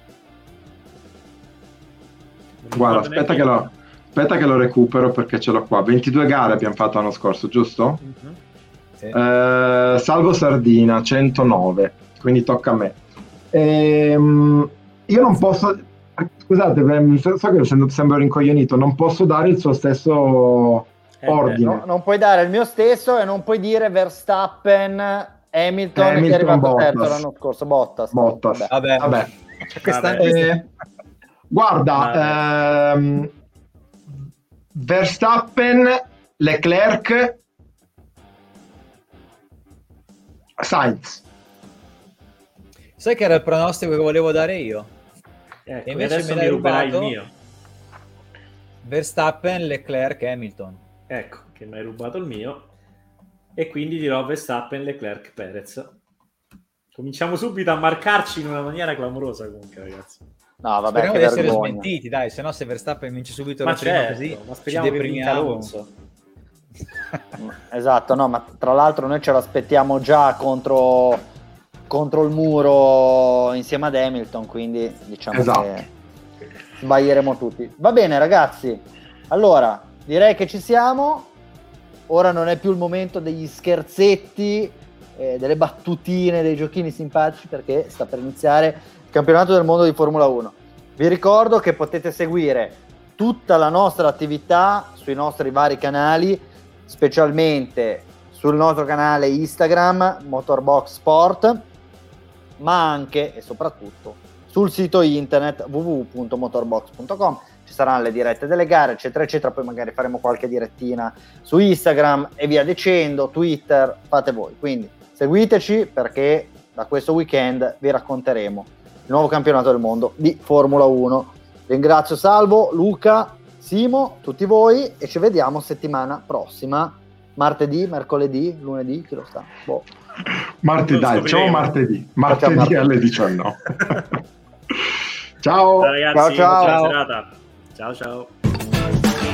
mi Guarda, ricordo aspetta neanche che, io. lo, aspetta che lo recupero perché ce l'ho qua. ventidue gare abbiamo fatto l'anno scorso, giusto? Mhm. Sì. Eh, salvo Sardina, centonove, quindi tocca a me. Ehm, io non posso... Scusate, beh, so so che sembro sembro rincoglionito, non posso dare il suo stesso Eh, beh, ordine. No, non puoi dare il mio stesso e non puoi dire Verstappen, Hamilton, Hamilton, che è arrivato Bottas. terzo l'anno scorso. Bottas. Bottas. Vabbè. Vabbè. Vabbè. Quest'anno- Vabbè. Eh, guarda, ehm, Verstappen, Leclerc, Sainz. Sai che era il pronostico che volevo dare io? Ecco, E invece adesso me mi l'hai ruberai rubato? il mio. Verstappen, Leclerc, Hamilton. Ecco, che mi hai rubato il mio. E quindi dirò Verstappen, Leclerc, Perez. Cominciamo subito a marcarci in una maniera clamorosa comunque, ragazzi. No, vabbè, Speriamo che di essere vergogna. smentiti, dai, se no se Verstappen vince subito Ma la prima certo, così ma ci speriamo che vinca deprimiamo. Alonso. Esatto, no, ma tra l'altro noi ce l'aspettiamo già contro, contro il muro insieme ad Hamilton, quindi diciamo Esatto. che sbaglieremo tutti. Va bene ragazzi, allora direi che ci siamo, ora non è più il momento degli scherzetti, eh, delle battutine, dei giochini simpatici, perché sta per iniziare il campionato del mondo di Formula uno. Vi ricordo che potete seguire tutta la nostra attività sui nostri vari canali, specialmente sul nostro canale Instagram Motorbox Sport, ma anche e soprattutto sul sito internet w w w punto motorbox punto com. Ci saranno le dirette delle gare, eccetera eccetera, poi magari faremo qualche direttina su Instagram e via dicendo, Twitter, fate voi. Quindi seguiteci, perché da questo weekend vi racconteremo il nuovo campionato del mondo di Formula uno. Ringrazio Salvo, Luca, Simo, tutti voi, e ci vediamo settimana prossima, martedì, mercoledì, lunedì, chi lo sa. Boh. Martedì, dai, ciao martedì, martedì, martedì alle diciannove. Ciao. Ciao ragazzi, ciao, ciao. buona serata. Ciao ciao.